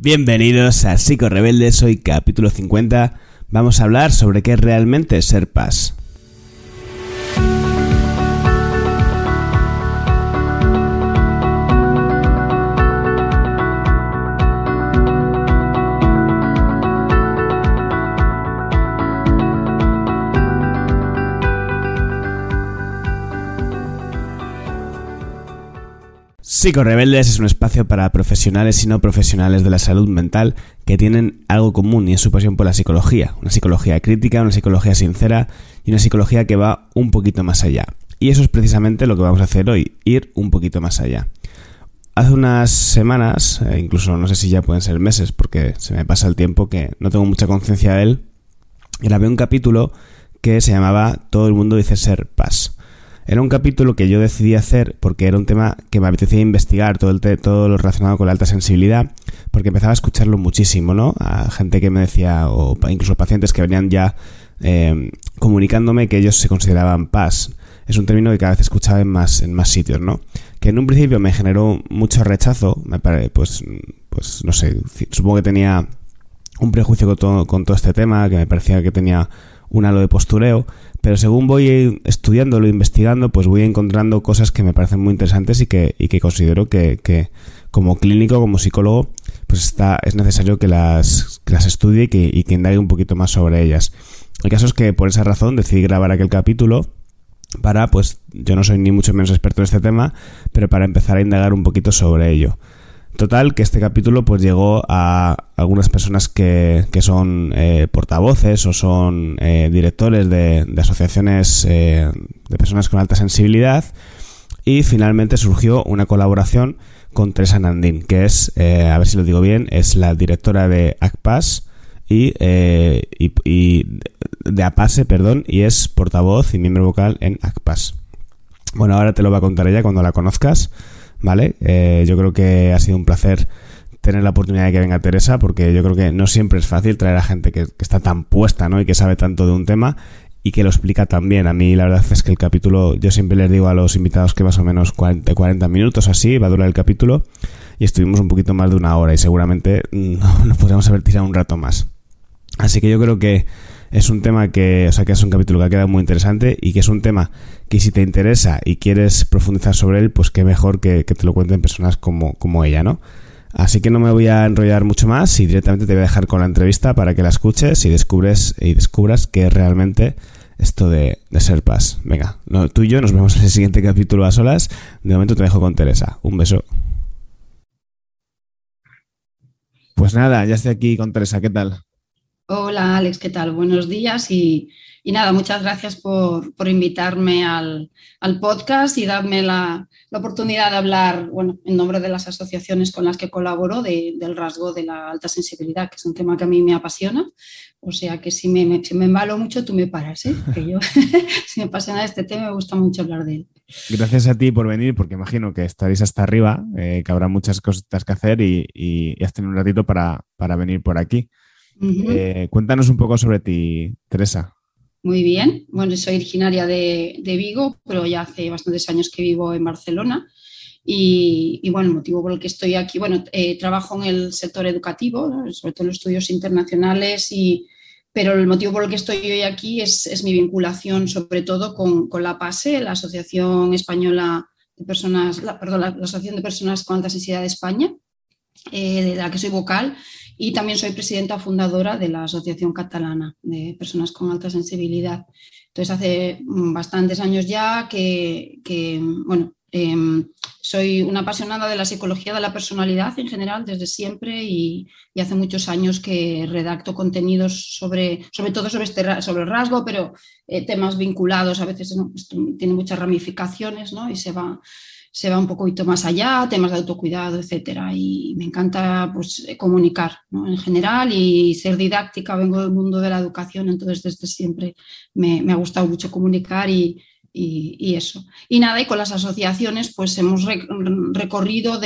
Bienvenidos a Psico Rebeldes, hoy capítulo 50. Vamos a hablar sobre qué es realmente ser paz. Psico Rebeldes es un espacio para profesionales y no profesionales de la salud mental que tienen algo común y es su pasión por la psicología. Una psicología crítica, una psicología sincera y una psicología que va un poquito más allá. Y eso es precisamente lo que vamos a hacer hoy, ir un poquito más allá. Hace unas semanas, incluso no sé si ya pueden ser meses porque se me pasa el tiempo que no tengo mucha conciencia de él, grabé un capítulo que se llamaba Todo el mundo dice ser paz. Era un capítulo que yo decidí hacer porque era un tema que me apetecía investigar, todo lo relacionado con la alta sensibilidad, porque empezaba a escucharlo muchísimo, ¿no? A gente que me decía, o incluso pacientes que venían ya comunicándome que ellos se consideraban PAS. Es un término que cada vez escuchaba en más sitios, ¿no? Que en un principio me generó mucho rechazo, pues no sé, supongo que tenía un prejuicio con todo este tema, que me parecía que tenía un halo de postureo, pero según voy estudiándolo, investigando, pues voy encontrando cosas que me parecen muy interesantes y que considero que como clínico, como psicólogo, pues es necesario que las estudie y que indague un poquito más sobre ellas. El caso es que por esa razón decidí grabar aquel capítulo para, pues yo no soy ni mucho menos experto en este tema, pero para empezar a indagar un poquito sobre ello. Total, que este capítulo pues llegó a algunas personas que son portavoces o son directores de asociaciones de personas con alta sensibilidad, y finalmente surgió una colaboración con Teresa Nandín, que es, a ver si lo digo bien, es la directora de ACPAS y de APASE, y es portavoz y miembro vocal en ACPAS. Bueno, ahora te lo va a contar ella cuando la conozcas. ¿Vale? Yo creo que ha sido un placer tener la oportunidad de que venga Teresa, porque yo creo que no siempre es fácil traer a gente que está tan puesta, ¿no? Y que sabe tanto de un tema y que lo explica tan bien. A mí la verdad es que el capítulo, yo siempre les digo a los invitados que más o menos 40 minutos así va a durar el capítulo, y estuvimos un poquito más de una hora y seguramente no podríamos haber tirado un rato más. Así que yo creo que es un tema que es un capítulo que ha quedado muy interesante y que es un tema que si te interesa y quieres profundizar sobre él, pues qué mejor que te lo cuenten personas como ella, ¿no? Así que no me voy a enrollar mucho más y directamente te voy a dejar con la entrevista para que la escuches y descubras que es realmente esto de ser paz. Venga, tú y yo nos vemos en el siguiente capítulo a solas. De momento te dejo con Teresa. Un beso. Pues nada, ya estoy aquí con Teresa. ¿Qué tal? Hola Alex, ¿qué tal? Buenos días y nada, muchas gracias por invitarme al podcast y darme la oportunidad de hablar, bueno, en nombre de las asociaciones con las que colaboro del rasgo de la alta sensibilidad, que es un tema que a mí me apasiona. O sea que si me embalo mucho, tú me paras, ¿eh? Que yo, si me apasiona este tema, me gusta mucho hablar de él. Gracias a ti por venir, porque imagino que estaréis hasta arriba, que habrá muchas cositas que hacer y has tenido un ratito para venir por aquí. Uh-huh. Cuéntanos un poco sobre ti, Teresa. Muy bien. Bueno, soy originaria de Vigo, pero ya hace bastantes años que vivo en Barcelona. Y bueno, el motivo por el que estoy aquí, bueno, trabajo en el sector educativo, ¿no? Sobre todo en los estudios internacionales, pero el motivo por el que estoy hoy aquí es mi vinculación sobre todo con la PASE, la Asociación Española de Personas, la Asociación de Personas con Alta Sensibilidad de España, de la que soy vocal, y también soy presidenta fundadora de la Asociación Catalana de Personas con Alta Sensibilidad. Entonces, hace bastantes años ya que soy una apasionada de la psicología de la personalidad en general desde siempre, y hace muchos años que redacto contenidos sobre todo sobre el rasgo, pero temas vinculados, a veces, ¿no? Esto tiene muchas ramificaciones, ¿no? Y se va un poquito más allá, temas de autocuidado, etcétera. Y me encanta, pues, comunicar, ¿no? En general, y ser didáctica. Vengo del mundo de la educación, entonces desde siempre me ha gustado mucho comunicar y eso. Y nada, y con las asociaciones pues hemos recorrido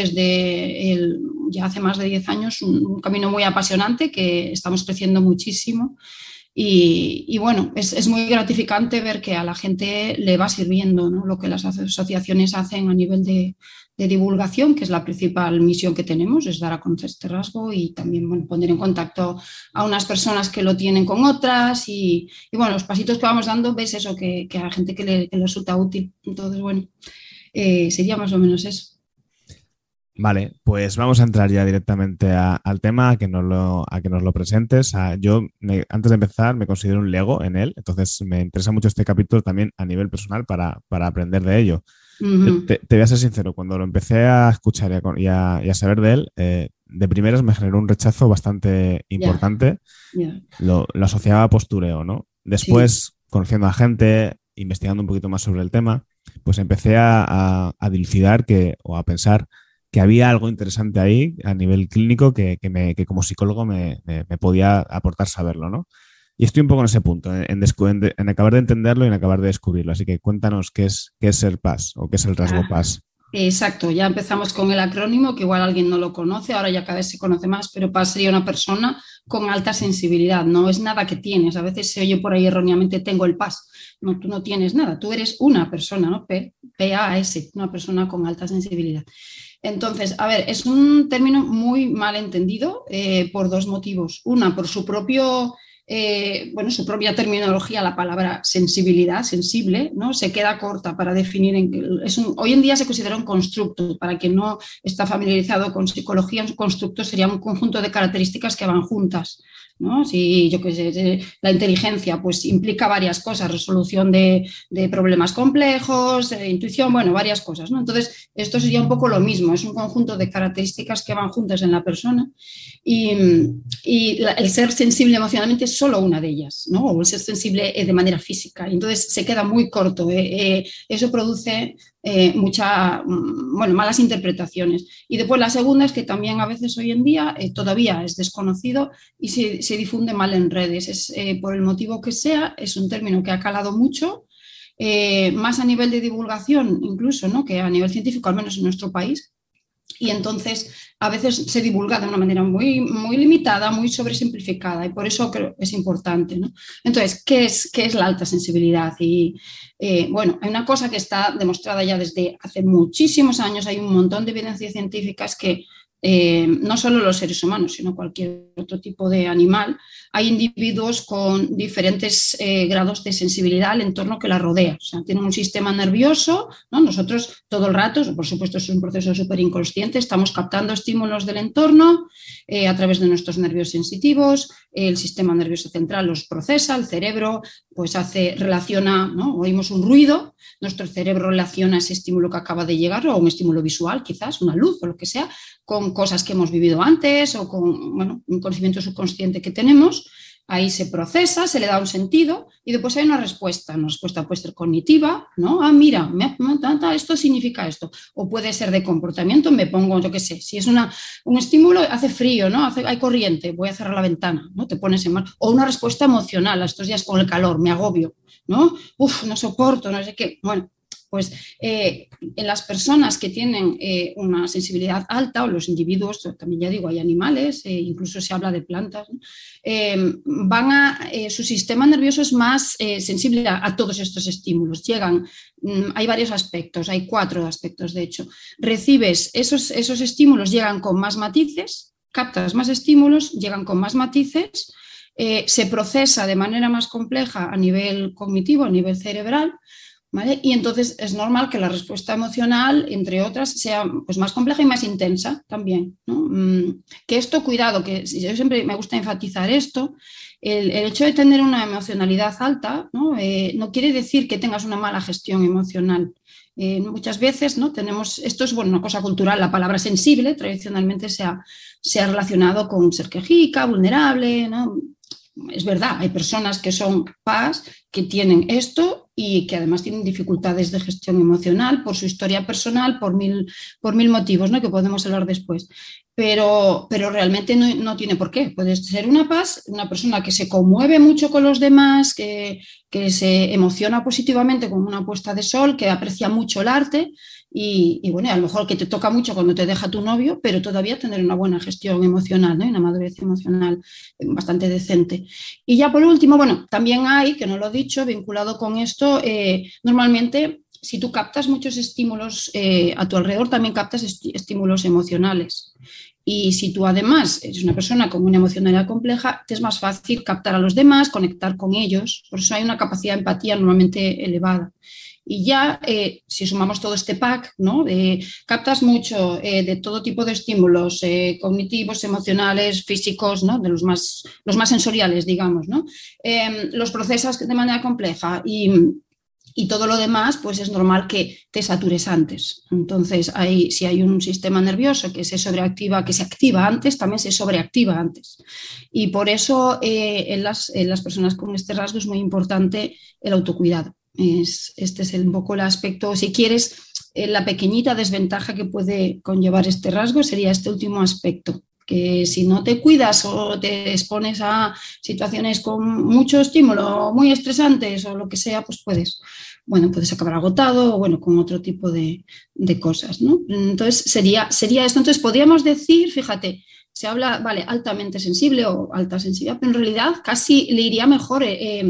ya hace más de 10 años un camino muy apasionante, que estamos creciendo muchísimo. Y bueno, es muy gratificante ver que a la gente le va sirviendo, ¿no? Lo que las asociaciones hacen a nivel de divulgación, que es la principal misión que tenemos, es dar a conocer este rasgo y también, bueno, poner en contacto a unas personas que lo tienen con otras bueno, los pasitos que vamos dando, ves eso, que a la gente que le resulta útil. Entonces, bueno, sería más o menos eso. Vale, pues vamos a entrar ya directamente al tema, a que nos lo presentes. Antes de empezar, me considero un Lego en él, entonces me interesa mucho este capítulo también a nivel personal para aprender de ello. Te voy a ser sincero, cuando lo empecé a escuchar y a saber de él, de primeras me generó un rechazo bastante importante. Lo asociaba a postureo, ¿no? Después, conociendo a gente, investigando un poquito más sobre el tema, pues empecé a dilucidar o a pensar que había algo interesante ahí a nivel clínico que como psicólogo me podía aportar saberlo, ¿no? Y estoy un poco en ese punto, en acabar de entenderlo y en acabar de descubrirlo. Así que cuéntanos qué es el PAS o qué es el rasgo PAS. Exacto, ya empezamos con el acrónimo, que igual alguien no lo conoce, ahora ya cada vez se conoce más, pero PAS sería una persona con alta sensibilidad, no es nada que tienes. A veces se oye por ahí erróneamente, tengo el PAS. No, tú no tienes nada, tú eres una persona, ¿no? P-A-S, una persona con alta sensibilidad. Entonces, a ver, es un término muy mal entendido por dos motivos. Una, por su su propia terminología, la palabra sensibilidad, sensible, ¿no? Se queda corta para definir. Hoy en día se considera un constructo. Para quien no está familiarizado con psicología, un constructo sería un conjunto de características que van juntas, ¿no? Si yo qué sé, la inteligencia pues implica varias cosas, resolución de problemas complejos, intuición, bueno, varias cosas, ¿no? Entonces, esto sería un poco lo mismo, es un conjunto de características que van juntas en la persona y el ser sensible emocionalmente es solo una de ellas, ¿no? O el ser sensible de manera física. Y entonces se queda muy corto. Eso produce malas interpretaciones. Y después la segunda es que también a veces hoy en día todavía es desconocido y se difunde mal en redes. Por el motivo que sea, es un término que ha calado mucho, más a nivel de divulgación incluso, ¿no? Que a nivel científico, al menos en nuestro país. Y entonces a veces se divulga de una manera muy, muy limitada, muy sobresimplificada, y por eso creo que es importante, ¿no? Entonces, ¿qué es la alta sensibilidad? Y hay una cosa que está demostrada ya desde hace muchísimos años, hay un montón de evidencias científicas que no solo los seres humanos, sino cualquier otro tipo de animal, hay individuos con diferentes grados de sensibilidad al entorno que la rodea. O sea, tienen un sistema nervioso, ¿no? Nosotros todo el rato, por supuesto es un proceso súper inconsciente, estamos captando estímulos del entorno a través de nuestros nervios sensitivos, el sistema nervioso central los procesa, el cerebro pues relaciona, ¿no? Oímos un ruido, nuestro cerebro relaciona ese estímulo que acaba de llegar, o un estímulo visual quizás, una luz o lo que sea, con cosas que hemos vivido antes o con un conocimiento subconsciente que tenemos. Ahí se procesa, se le da un sentido y después hay una respuesta. Una respuesta puede ser cognitiva, ¿no? Ah, mira, esto significa esto. O puede ser de comportamiento, me pongo, yo qué sé, si es un estímulo, hace frío, ¿no? Hay corriente, voy a cerrar la ventana, ¿no? Te pones en mal. O una respuesta emocional, estos días con el calor, me agobio, ¿no? No soporto, no sé qué. Bueno, pues en las personas que tienen una sensibilidad alta, o los individuos, también ya digo, hay animales, incluso se habla de plantas, ¿no? Su sistema nervioso es más sensible a todos estos estímulos. Hay varios aspectos, hay 4 aspectos de hecho. Recibes esos estímulos, llegan con más matices, captas más estímulos, llegan con más matices, se procesa de manera más compleja a nivel cognitivo, a nivel cerebral, ¿vale? Y entonces es normal que la respuesta emocional, entre otras, sea pues más compleja y más intensa también, ¿no? Que esto, cuidado, que yo siempre me gusta enfatizar esto, el hecho de tener una emocionalidad alta, ¿no? No quiere decir que tengas una mala gestión emocional. Muchas veces, ¿no? Esto es una cosa cultural, la palabra sensible tradicionalmente se ha relacionado con ser quejica, vulnerable, ¿no? Es verdad, hay personas que son PAS, que tienen esto y que además tienen dificultades de gestión emocional por su historia personal, por mil motivos, ¿no? Que podemos hablar después. Pero realmente no tiene por qué. Puede ser una PAS, una persona que se conmueve mucho con los demás, que se emociona positivamente con una puesta de sol, que aprecia mucho el arte y bueno, a lo mejor que te toca mucho cuando te deja tu novio, pero todavía tener una buena gestión emocional, ¿no? Y una madurez emocional bastante decente. Y ya por último, bueno, también hay, que no lo he dicho, vinculado con esto, normalmente si tú captas muchos estímulos a tu alrededor, también captas estímulos emocionales. Y si tú además eres una persona con una emocionalidad compleja, te es más fácil captar a los demás, conectar con ellos. Por eso hay una capacidad de empatía normalmente elevada. Y ya, si sumamos todo este pack, ¿no? Captas mucho de todo tipo de estímulos cognitivos, emocionales, físicos, ¿no? De los más sensoriales, digamos, ¿no? Los procesas de manera compleja y todo lo demás, pues es normal que te satures antes. Entonces, si hay un sistema nervioso que se sobreactiva, que se activa antes, también se sobreactiva antes. Y por eso en las personas con este rasgo es muy importante el autocuidado. Este es un poco el aspecto, si quieres, la pequeñita desventaja que puede conllevar este rasgo sería este último aspecto, que si no te cuidas o te expones a situaciones con mucho estímulo, muy estresantes o lo que sea, pues puedes acabar agotado o bueno, con otro tipo de cosas, ¿no? Entonces sería esto. Entonces podríamos decir, fíjate, se habla, vale, altamente sensible o alta sensibilidad, pero en realidad casi le iría mejor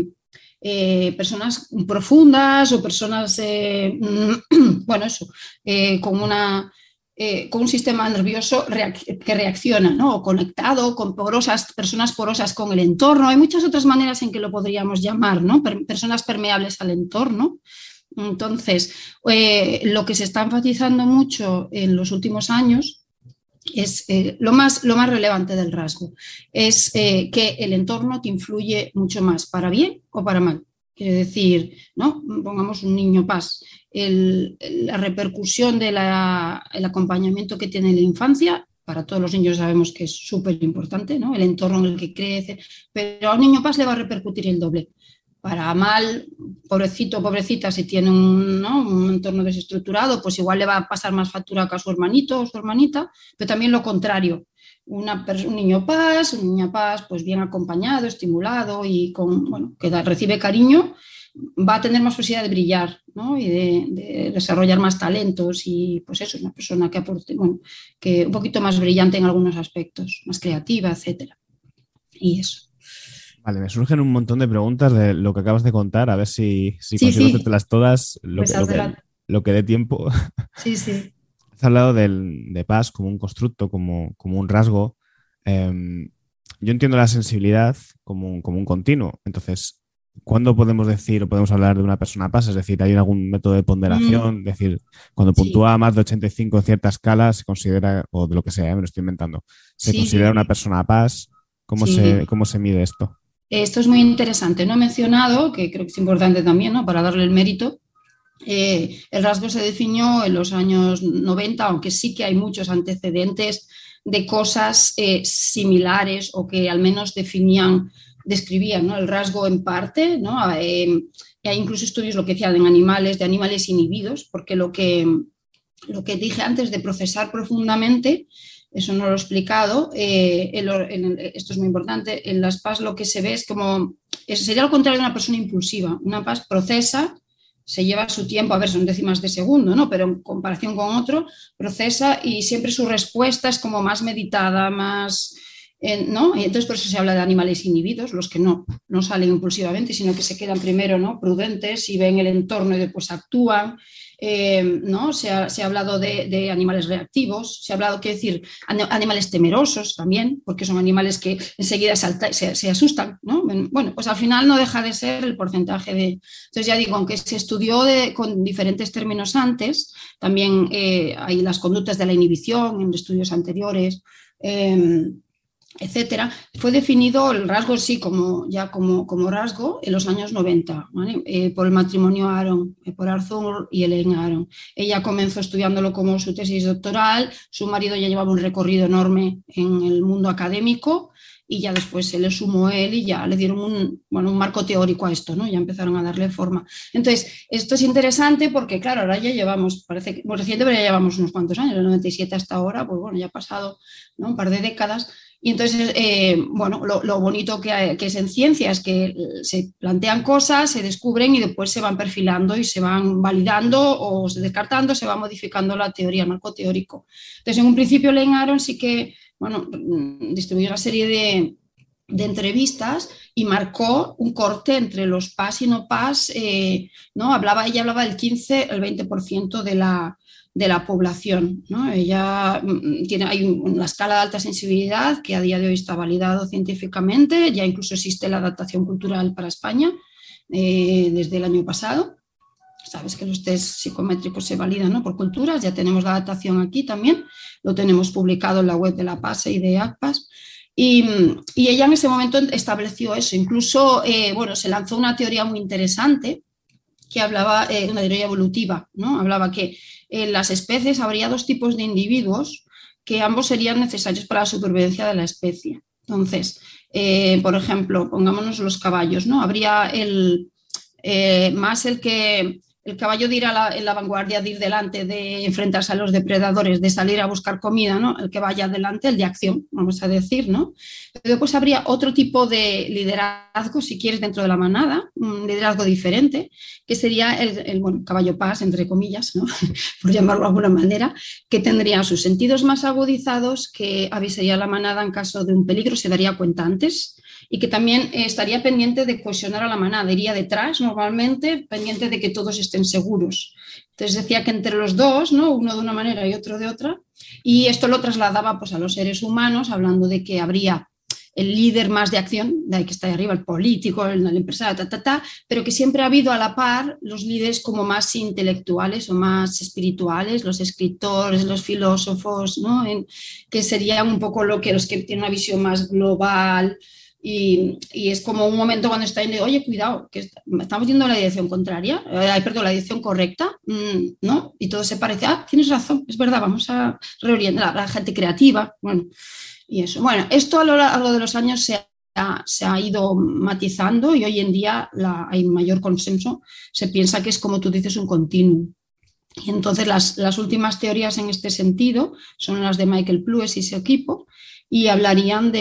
personas profundas o personas, bueno, eso, con con un sistema nervioso que reacciona, ¿no? O conectado, con personas porosas con el entorno. Hay muchas otras maneras en que lo podríamos llamar, ¿no? Personas permeables al entorno. Entonces, lo que se está enfatizando mucho en los últimos años es lo más relevante del rasgo, es que el entorno te influye mucho más, para bien o para mal. Quiere decir, ¿no? Pongamos un niño paz, la repercusión del acompañamiento que tiene en la infancia, para todos los niños sabemos que es súper importante, ¿no? El entorno en el que crece, pero a un niño paz le va a repercutir el doble. Para mal, pobrecito, pobrecita, si tiene un entorno desestructurado, pues igual le va a pasar más factura que a su hermanito o su hermanita, pero también lo contrario. Un niño paz, una niña paz, pues bien acompañado, estimulado y que recibe cariño, va a tener más posibilidad de brillar, ¿no? Y de desarrollar más talentos y pues eso, es una persona que aporte, que un poquito más brillante en algunos aspectos, más creativa, etcétera. Y eso. Vale, me surgen un montón de preguntas de lo que acabas de contar, a ver si consigo Sí, hacértelas todas, pues adelante. lo que dé tiempo. Sí. Has hablado de paz como un constructo, como un rasgo. Yo entiendo la sensibilidad como un continuo. Entonces, ¿cuándo podemos decir o podemos hablar de una persona paz? Es decir, ¿hay algún método de ponderación? Es decir, cuando Sí, puntúa más de 85 en cierta escala, se considera, o de lo que sea, me lo estoy inventando, se considera una sí, persona paz. sí. Cómo se mide esto? Esto es muy interesante. No he mencionado, que creo que es importante también, ¿no? Para darle el mérito. El rasgo se definió en los años 90, aunque sí que hay muchos antecedentes de cosas similares o que al menos describían, ¿no? El rasgo en parte, ¿no? Hay incluso estudios, lo que decían, de animales inhibidos, porque lo que dije antes de procesar profundamente, eso no lo he explicado, esto es muy importante, en las PAS lo que se ve es como, sería lo contrario de una persona impulsiva, una PAS procesa, se lleva su tiempo, a ver, son décimas de segundo, ¿no? Pero en comparación con otro, procesa y siempre su respuesta es como más meditada, más, ¿no? Y entonces por eso se habla de animales inhibidos, los que no salen impulsivamente, sino que se quedan primero, ¿no? Prudentes y ven el entorno y después actúan. ¿No? Se ha hablado de animales reactivos, se ha hablado, quiero decir, animales temerosos también, porque son animales que enseguida se asustan, ¿no? Bueno, pues al final no deja de ser el porcentaje de... Entonces ya digo, aunque se estudió con diferentes términos antes, también hay las conductas de la inhibición en estudios anteriores, etcétera, fue definido el rasgo sí como rasgo en los años 90, ¿vale? Por el matrimonio Aaron, por Arthur y Elaine Aaron. Ella comenzó estudiándolo como su tesis doctoral, su marido ya llevaba un recorrido enorme en el mundo académico y ya después se le sumó él y ya le dieron un marco teórico a esto, ¿no? Ya empezaron a darle forma. Entonces, esto es interesante porque, claro, ahora ya llevamos, parece que, reciente, pero ya llevamos unos cuantos años, del 97 hasta ahora, pues bueno, ya ha pasado, ¿no? Un par de décadas. Y entonces, bueno, lo bonito que es en ciencia es que se plantean cosas, se descubren y después se van perfilando y se van validando o descartando, se va modificando la teoría, el marco teórico. Entonces, en un principio, Elaine Aron sí que, bueno, distribuyó una serie de entrevistas y marcó un corte entre los PAS y no PAS, ¿no? Ella hablaba del 15, el 20% de la población, ¿no? Ella hay una escala de alta sensibilidad que a día de hoy está validado científicamente, ya incluso existe la adaptación cultural para España desde el año pasado. Sabes que los test psicométricos se validan, ¿no?, por culturas, ya tenemos la adaptación aquí también, lo tenemos publicado en la web de la PASE y de ACPAS. Y ella en ese momento estableció eso, incluso bueno, se lanzó una teoría muy interesante que hablaba de una teoría evolutiva, ¿no? Hablaba que en las especies habría dos tipos de individuos que ambos serían necesarios para la supervivencia de la especie. Entonces, por ejemplo, pongámonos los caballos, ¿no? Habría más el caballo de ir en la vanguardia, de ir delante, de enfrentarse a los depredadores, de salir a buscar comida, ¿no? El que vaya adelante, el de acción, vamos a decir, ¿no? Pero después habría otro tipo de liderazgo, si quieres, dentro de la manada, un liderazgo diferente, que sería el bueno, caballo paz, entre comillas, ¿no? Por llamarlo de alguna manera, que tendría sus sentidos más agudizados, que avisaría a la manada en caso de un peligro, se daría cuenta antes, y que también estaría pendiente de cohesionar a la manada, iría detrás normalmente, pendiente de que todos estén seguros. Entonces decía que entre los dos, ¿no?, uno de una manera y otro de otra, y esto lo trasladaba pues a los seres humanos, hablando de que habría el líder más de acción, de ahí que está ahí arriba, el político, el empresario, pero que siempre ha habido a la par los líderes como más intelectuales o más espirituales, los escritores, los filósofos, ¿no?, que serían un poco los que tienen una visión más global. Y es como un momento cuando está en oye, cuidado, que estamos yendo en la dirección contraria, perdón, la dirección correcta, ¿no? Y todo se parece, tienes razón, es verdad, vamos a reorientar a la gente creativa, bueno, y eso. Bueno, esto a lo largo de los años se ha ido matizando y hoy en día hay mayor consenso, se piensa que es, como tú dices, un continuum. Y entonces las últimas teorías en este sentido son las de Michael Plues y su equipo, y hablarían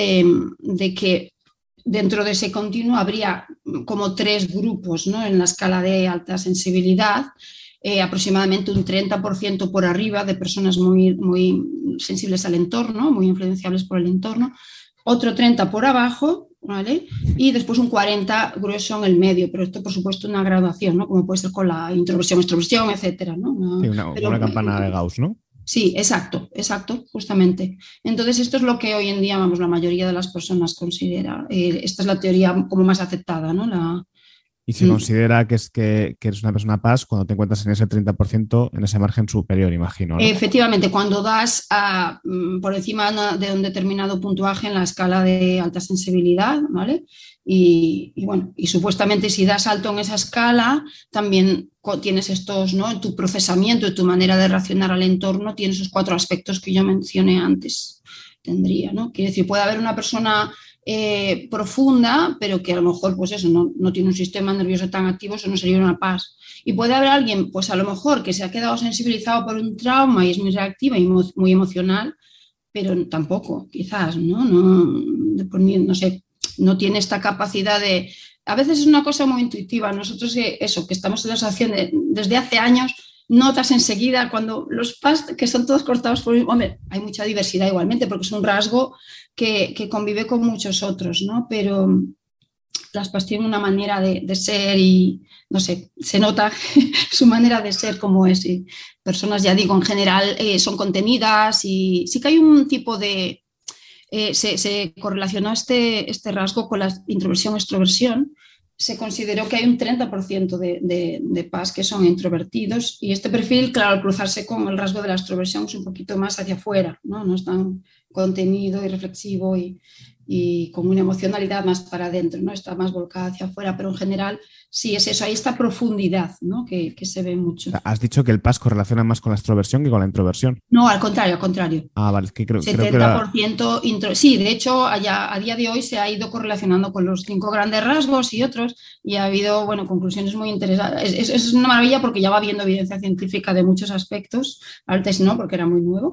de que dentro de ese continuo habría como tres grupos, ¿no?, en la escala de alta sensibilidad, aproximadamente un 30% por arriba de personas muy, muy sensibles al entorno, muy influenciables por el entorno, otro 30% por abajo, ¿vale?, y después un 40% grueso en el medio, pero esto por supuesto una graduación, ¿no?, como puede ser con la introversión, extroversión, etcétera, ¿no? Sí, una campana de Gauss, ¿no? Sí, exacto, justamente. Entonces, esto es lo que hoy en día, vamos, la mayoría de las personas considera. Esta es la teoría como más aceptada, ¿no? Y se considera que eres una persona paz cuando te encuentras en ese 30%, en ese margen superior, imagino, ¿no? Efectivamente, cuando das por encima de un determinado puntuaje en la escala de alta sensibilidad, ¿vale? Y bueno, y supuestamente si das alto en esa escala, también tienes estos, ¿no?, en tu procesamiento, en tu manera de reaccionar al entorno, tienes esos 4 aspectos que yo mencioné antes. Tendría, ¿no? Quiere decir, puede haber una persona profunda, pero que a lo mejor, pues eso, no tiene un sistema nervioso tan activo, eso no sería una paz. Y puede haber alguien, pues a lo mejor, que se ha quedado sensibilizado por un trauma y es muy reactiva y muy emocional, pero tampoco, quizás, ¿no? No sé, no tiene esta capacidad de... A veces es una cosa muy intuitiva. Nosotros, que estamos en la asociación desde hace años, notas enseguida cuando los PAS, que son todos cortados por... Hombre, hay mucha diversidad igualmente, porque es un rasgo que convive con muchos otros, ¿no? Pero las PAS tienen una manera de ser y, no sé, se nota su manera de ser como es. Y personas, ya digo, en general son contenidas y sí que hay un tipo de... se correlacionó este rasgo con la introversión-extroversión. Se consideró que hay un 30% de PAS que son introvertidos y este perfil, claro, al cruzarse con el rasgo de la extroversión es un poquito más hacia afuera, no es tan contenido y reflexivo y con una emocionalidad más para adentro, ¿no? Está más volcada hacia afuera, pero en general sí es eso, hay esta profundidad, ¿no?, que se ve mucho. Has dicho que el PAS correlaciona más con la extroversión que con la introversión. No, al contrario. Vale, es que creo 70% que era... Sí, de hecho, a día de hoy se ha ido correlacionando con los 5 grandes rasgos y otros, y ha habido, bueno, conclusiones muy interesantes. Es una maravilla porque ya va habiendo evidencia científica de muchos aspectos, antes no, porque era muy nuevo,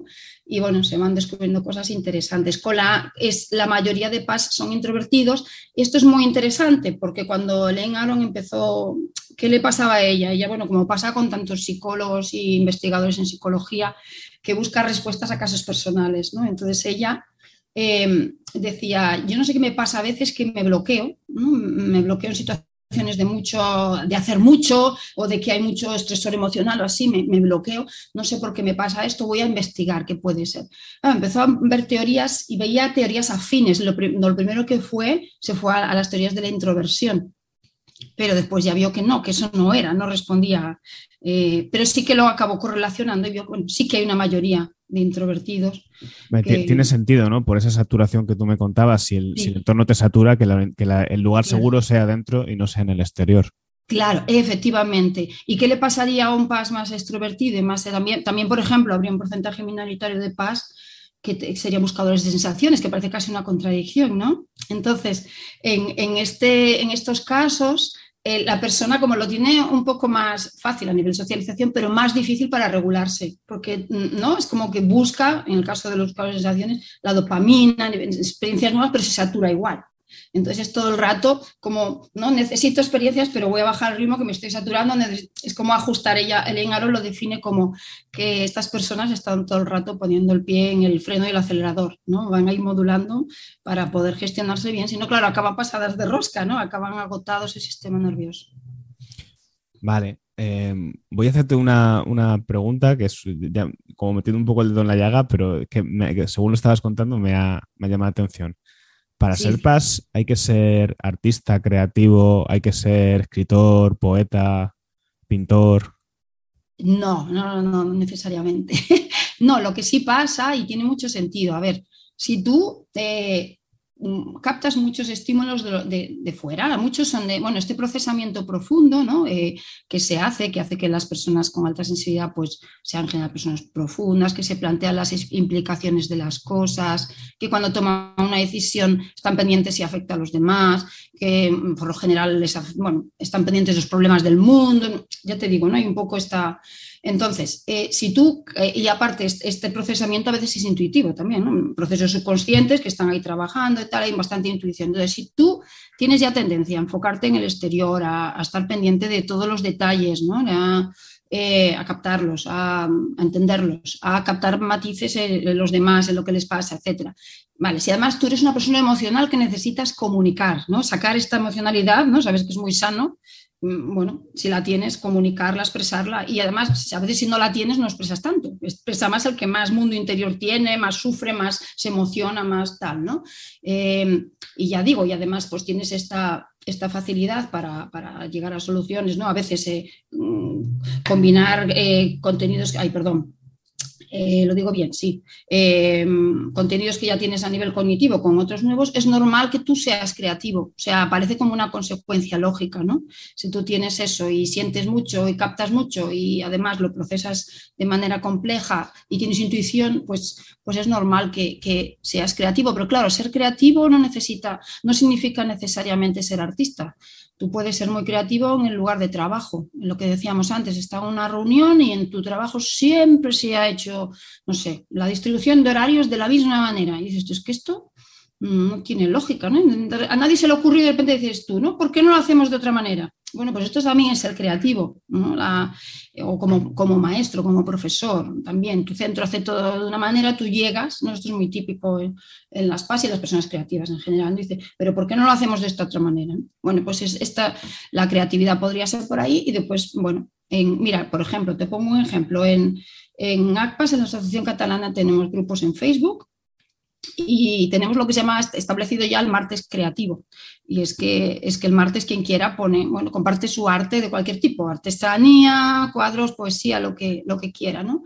y bueno, se van descubriendo cosas interesantes. La mayoría de PAS son introvertidos. Esto es muy interesante porque cuando Elaine Aron empezó, ¿qué le pasaba a ella? Ella, bueno, como pasa con tantos psicólogos e investigadores en psicología, que busca respuestas a casos personales, ¿no? Entonces ella decía, yo no sé qué me pasa a veces que me bloqueo, ¿no? Me bloqueo en situaciones de hacer mucho o de que hay mucho estresor emocional o así, me bloqueo, no sé por qué me pasa esto, voy a investigar qué puede ser. Empezó a ver teorías y veía teorías afines. Lo primero que se fue a las teorías de la introversión, pero después ya vio que no, que eso no respondía, pero sí que lo acabó correlacionando y vio, bueno, sí que hay una mayoría de introvertidos. Tiene sentido, ¿no? Por esa saturación que tú me contabas, si el entorno te satura, el lugar seguro sea dentro y no sea en el exterior. Claro, efectivamente. ¿Y qué le pasaría a un PAS más extrovertido? Y más también, por ejemplo, habría un porcentaje minoritario de PAS que serían buscadores de sensaciones, que parece casi una contradicción, ¿no? Entonces, en estos casos, la persona como lo tiene un poco más fácil a nivel de socialización, pero más difícil para regularse, porque no es como que busca, en el caso de los buscadores de sensaciones, la dopamina, experiencias nuevas, pero se satura igual. Entonces es todo el rato como, no, necesito experiencias, pero voy a bajar el ritmo que me estoy saturando. Es como ajustar. Elaine Aron lo define como que estas personas están todo el rato poniendo el pie en el freno y el acelerador, ¿no? Van ahí modulando para poder gestionarse bien. Si no, claro, acaban pasadas de rosca, ¿no? Acaban agotados el sistema nervioso. Vale. Voy a hacerte una pregunta que es ya, como metiendo un poco el dedo en la llaga, pero que según lo estabas contando me ha llamado la atención. Para ser PAS hay que ser artista, creativo, hay que ser escritor, poeta, pintor. No necesariamente. No, lo que sí pasa y tiene mucho sentido. A ver, si tú captas muchos estímulos de fuera, muchos son este procesamiento profundo, ¿no? Que hace que las personas con alta sensibilidad pues sean generalmente personas profundas, que se plantean las implicaciones de las cosas, que cuando toman una decisión están pendientes si afecta a los demás, que por lo general están pendientes de los problemas del mundo. Ya te digo, ¿no? Hay un poco esta... Entonces, si tú, y aparte este procesamiento a veces es intuitivo también, ¿no? Procesos subconscientes que están ahí trabajando y tal, hay bastante intuición. Entonces, si tú tienes ya tendencia a enfocarte en el exterior, a estar pendiente de todos los detalles, ¿no? A captarlos, a entenderlos, a captar matices en los demás, en lo que les pasa, etc. Vale, si además tú eres una persona emocional que necesitas comunicar, ¿no? Sacar esta emocionalidad, ¿no? Sabes que es muy sano. Bueno, si la tienes, comunicarla, expresarla, y además a veces si no la tienes no expresas tanto, expresa más el que más mundo interior tiene, más sufre, más se emociona, más tal, ¿no? Y ya digo, y además pues tienes esta facilidad para llegar a soluciones, ¿no? A veces combinar contenidos, lo digo bien, sí, contenidos que ya tienes a nivel cognitivo con otros nuevos, es normal que tú seas creativo, o sea, parece como una consecuencia lógica, ¿no? Si tú tienes eso y sientes mucho y captas mucho y además lo procesas de manera compleja y tienes intuición, pues es normal que seas creativo, pero claro, ser creativo no significa necesariamente ser artista. Tú puedes ser muy creativo en el lugar de trabajo, en lo que decíamos antes, está en una reunión y en tu trabajo siempre se ha hecho, no sé, la distribución de horarios de la misma manera. Y dices, es que esto no tiene lógica, ¿no? A nadie se le ocurrió y de repente dices tú, ¿no? ¿Por qué no lo hacemos de otra manera? Bueno, pues esto también es ser creativo, ¿no? O como maestro, como profesor, también. Tu centro hace todo de una manera, tú llegas, ¿no? Esto es muy típico en las PAS y las personas creativas en general. Dice, pero ¿por qué no lo hacemos de esta otra manera? Bueno, pues la creatividad podría ser por ahí y después, bueno, mira, por ejemplo, te pongo un ejemplo. En ACPAS, en la Asociación Catalana, tenemos grupos en Facebook y tenemos lo que se llama establecido ya el martes creativo. Y es que el martes quien quiera comparte su arte de cualquier tipo, artesanía, cuadros, poesía, lo que quiera, ¿no?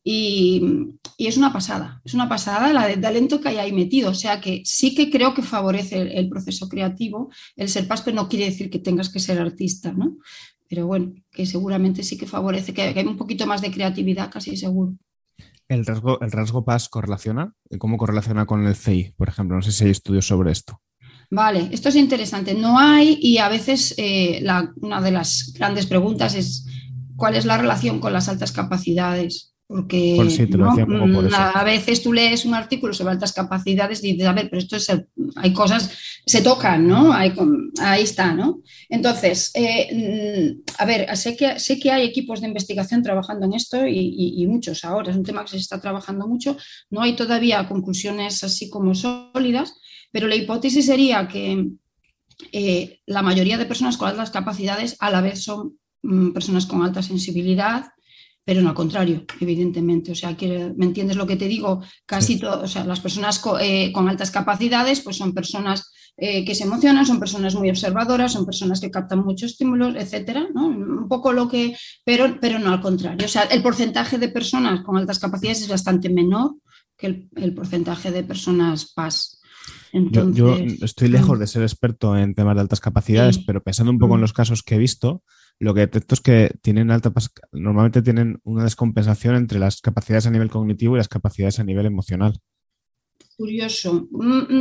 Y es una pasada la de talento que hay ahí metido. O sea que sí que creo que favorece el proceso creativo. El ser PAS, pero no quiere decir que tengas que ser artista, ¿no? Pero bueno, que seguramente sí que favorece, que hay un poquito más de creatividad, casi seguro. ¿El rasgo PAS correlaciona? ¿Cómo correlaciona con el CI, por ejemplo? No sé si hay estudios sobre esto. Vale, esto es interesante. No hay, y a veces una de las grandes preguntas es ¿cuál es la relación con las altas capacidades? Por Porque sí, te lo ¿no? decía un poco por eso. A veces tú lees un artículo sobre altas capacidades y dices, a ver, pero esto es hay cosas, se tocan, ¿no? Ahí está, ¿no? Entonces, a ver, sé que hay equipos de investigación trabajando en esto y muchos ahora, es un tema que se está trabajando mucho, no hay todavía conclusiones así como sólidas, pero la hipótesis sería que la mayoría de personas con altas capacidades a la vez son personas con alta sensibilidad, pero no al contrario, evidentemente. O sea, ¿me entiendes lo que te digo? Casi Sí. todo, o sea, las personas con altas capacidades, pues son personas que se emocionan, son personas muy observadoras, son personas que captan muchos estímulos, etcétera, ¿no? Un poco lo que, pero no al contrario. O sea, el porcentaje de personas con altas capacidades es bastante menor que el porcentaje de personas PAS. Yo Entonces, estoy lejos de ser experto en temas de altas capacidades, sí. pero pensando un poco en los casos que he visto, lo que detecto es que normalmente tienen una descompensación entre las capacidades a nivel cognitivo y las capacidades a nivel emocional. Curioso.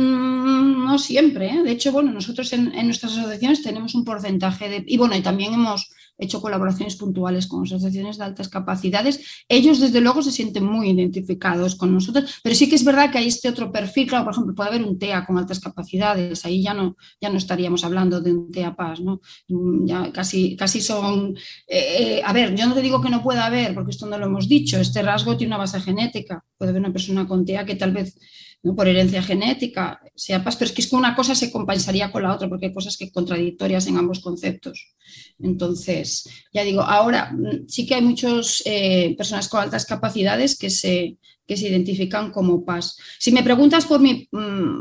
No siempre, ¿eh? De hecho, bueno, nosotros en nuestras asociaciones tenemos un porcentaje de... Y bueno, y también hemos hecho colaboraciones puntuales con asociaciones de altas capacidades. Ellos, desde luego, se sienten muy identificados con nosotros, pero sí que es verdad que hay este otro perfil. Claro, por ejemplo, puede haber un TEA con altas capacidades. Ahí ya no estaríamos hablando de un TEA PAS, ¿no? Ya casi son... a ver, yo no te digo que no pueda haber, porque esto no lo hemos dicho. Este rasgo tiene una base genética. Puede haber una persona con TEA que tal vez, ¿no?, por herencia genética sea PAS, pero es que una cosa se compensaría con la otra porque hay cosas que contradictorias en ambos conceptos. Entonces, ya digo, ahora sí que hay muchas personas con altas capacidades que se identifican como PAS. Si me preguntas por mi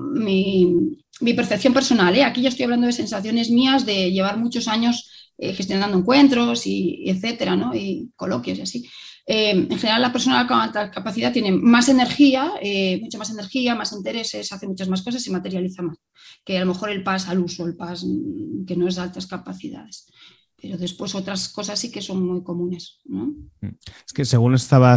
percepción personal, aquí ya estoy hablando de sensaciones mías de llevar muchos años gestionando encuentros y etcétera, ¿no? Y coloquios y así. En general, la persona con alta capacidad tiene más energía, mucha más energía, más intereses, hace muchas más cosas y materializa más que a lo mejor el PAS al uso, el PAS que no es de altas capacidades. Pero después otras cosas sí que son muy comunes, ¿no? Es que según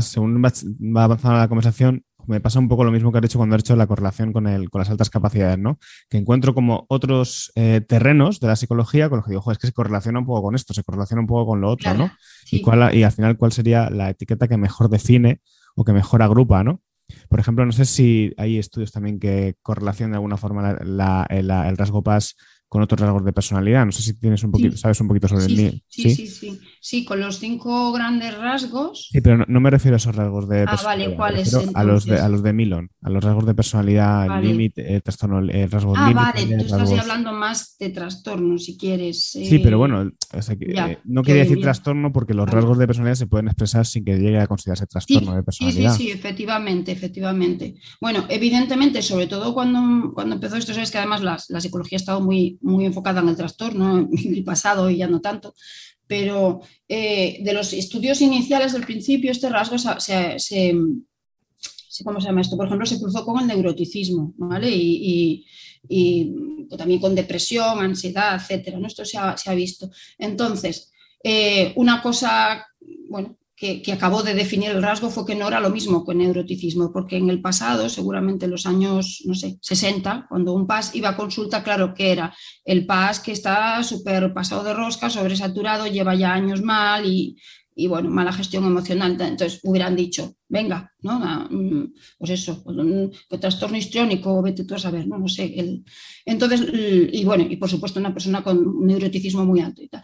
va avanzando la conversación, me pasa un poco lo mismo que has hecho cuando has hecho la correlación con las altas capacidades, ¿no? Que encuentro como otros terrenos de la psicología con los que digo, joder, es que se correlaciona un poco con esto, se correlaciona un poco con lo otro, Claro, ¿no? sí. Y al final, ¿cuál sería la etiqueta que mejor define o que mejor agrupa, ¿no? Por ejemplo, no sé si hay estudios también que correlacionan de alguna forma el rasgo PAS con otros rasgos de personalidad. No sé si tienes un poquito, Sí, sabes un poquito sobre el mío. ¿Sí? Sí, con los 5 grandes rasgos. Sí, pero no me refiero a esos rasgos de Vale, personalidad, me ¿cuáles refiero a los entonces? de Milon, a los rasgos de personalidad, el Vale. límite, trastorno, rasgos límite, Vale, tú estás ya rasgos. hablando más de trastorno, si quieres. Sí, pero bueno, o sea, Ya, no que quería hoy en decir día. trastorno porque los Vale. rasgos de personalidad se pueden expresar sin que llegue a considerarse trastorno de personalidad. Sí, efectivamente. Bueno, evidentemente, sobre todo cuando empezó esto, sabes que además la psicología ha estado muy enfocada en el trastorno en el pasado y ya no tanto, pero de los estudios iniciales del principio, este rasgo ¿cómo se llama esto? Por ejemplo, se cruzó con el neuroticismo, ¿vale? Y también con depresión, ansiedad, etcétera, ¿no? Esto se ha visto. Entonces, una cosa, bueno, que acabó de definir el rasgo fue que no era lo mismo que el neuroticismo, porque en el pasado, seguramente en los años, no sé, 60, cuando un PAS iba a consulta, claro que era el PAS que está súper pasado de rosca, sobresaturado, lleva ya años mal y bueno, mala gestión emocional. Entonces hubieran dicho, venga, ¿no? Pues eso, el trastorno histriónico, vete tú a saber, no sé. Entonces, y bueno, y por supuesto una persona con un neuroticismo muy alto y tal.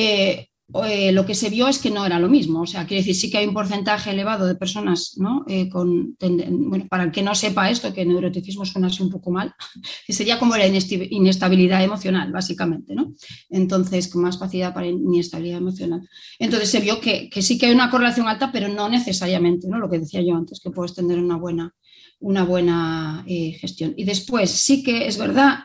Lo que se vio es que no era lo mismo, o sea, quiere decir, sí que hay un porcentaje elevado de personas, ¿no? Bueno, para el que no sepa esto, que neuroticismo suena así un poco mal, que sería como la inestabilidad emocional, básicamente, ¿no? Entonces, con más facilidad para inestabilidad emocional. Entonces se vio que sí que hay una correlación alta, pero no necesariamente, ¿no? Lo que decía yo antes, que puedes tener una buena gestión. Y después sí que es verdad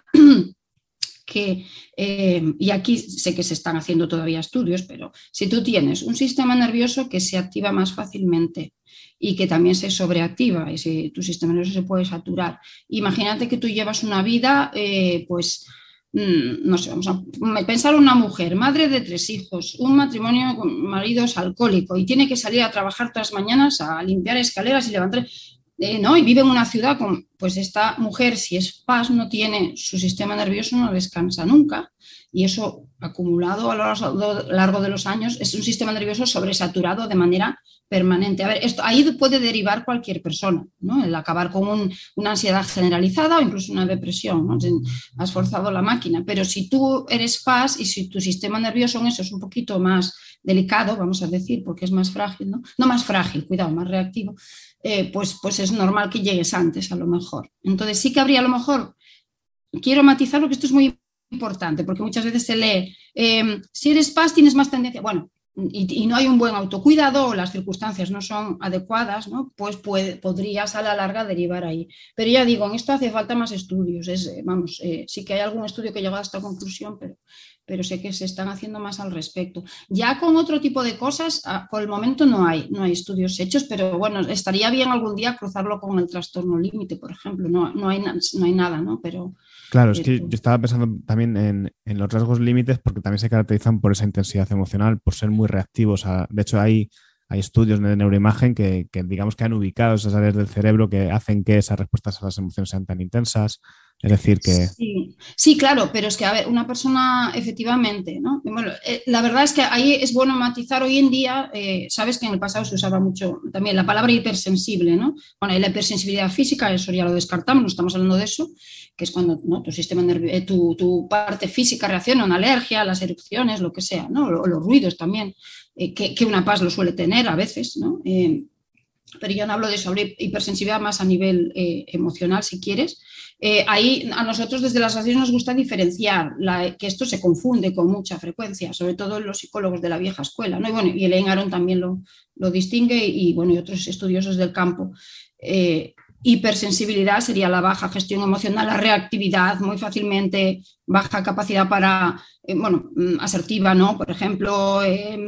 que, y aquí sé que se están haciendo todavía estudios, pero si tú tienes un sistema nervioso que se activa más fácilmente y que también se sobreactiva, y si tu sistema nervioso se puede saturar, imagínate que tú llevas una vida, pues no sé, vamos a pensar una mujer, madre de 3 hijos, un matrimonio con marido es alcohólico y tiene que salir a trabajar todas las mañanas a limpiar escaleras y levantar. ¿no? Y vive en una ciudad con, pues esta mujer, si es PAS, no tiene, su sistema nervioso no descansa nunca, y eso acumulado a lo largo de los años es un sistema nervioso sobresaturado de manera permanente. A ver, esto ahí puede derivar cualquier persona, ¿no? El acabar con una ansiedad generalizada o incluso una depresión, ¿no? Has forzado la máquina, pero si tú eres PAS y si tu sistema nervioso en eso es un poquito más delicado, vamos a decir, porque es más frágil, ¿no? No más frágil, cuidado, más reactivo, pues es normal que llegues antes a lo mejor. Entonces sí que habría a lo mejor, quiero matizar porque esto es muy importante, porque muchas veces se lee, si eres PAS tienes más tendencia, bueno, y no hay un buen autocuidado o las circunstancias no son adecuadas, ¿no? Pues podrías a la larga derivar ahí. Pero ya digo, en esto hace falta más estudios. Sí que hay algún estudio que ha llegado a esta conclusión, pero sé que se están haciendo más al respecto. Ya con otro tipo de cosas, por el momento no hay estudios hechos, pero bueno, estaría bien algún día cruzarlo con el trastorno límite, por ejemplo. No hay nada, ¿no? Pero... Claro, es que yo estaba pensando también en los rasgos límites porque también se caracterizan por esa intensidad emocional, por ser muy reactivos. De hecho, hay estudios de neuroimagen que digamos que han ubicado esas áreas del cerebro que hacen que esas respuestas a las emociones sean tan intensas. Es decir, que... Sí, claro, pero es que, a ver, una persona efectivamente, ¿no? Bueno, la verdad es que ahí es bueno matizar hoy en día, sabes que en el pasado se usaba mucho también la palabra hipersensible, ¿no? Bueno, la hipersensibilidad física, eso ya lo descartamos, no estamos hablando de eso, que es cuando, ¿no? Tu sistema nervioso, tu parte física reacciona a una alergia, a las erupciones, lo que sea, ¿no? O los ruidos también, que una PAS lo suele tener a veces, ¿no? Pero yo no hablo de eso, hablo de hipersensibilidad más a nivel emocional, si quieres. Ahí a nosotros desde la asociación nos gusta diferenciar que esto se confunde con mucha frecuencia, sobre todo los psicólogos de la vieja escuela, ¿no? Y bueno, y Elaine Aron también lo distingue y bueno, y otros estudiosos del campo. Hipersensibilidad sería la baja gestión emocional, la reactividad, muy fácilmente baja capacidad para, asertiva, ¿no? Por ejemplo,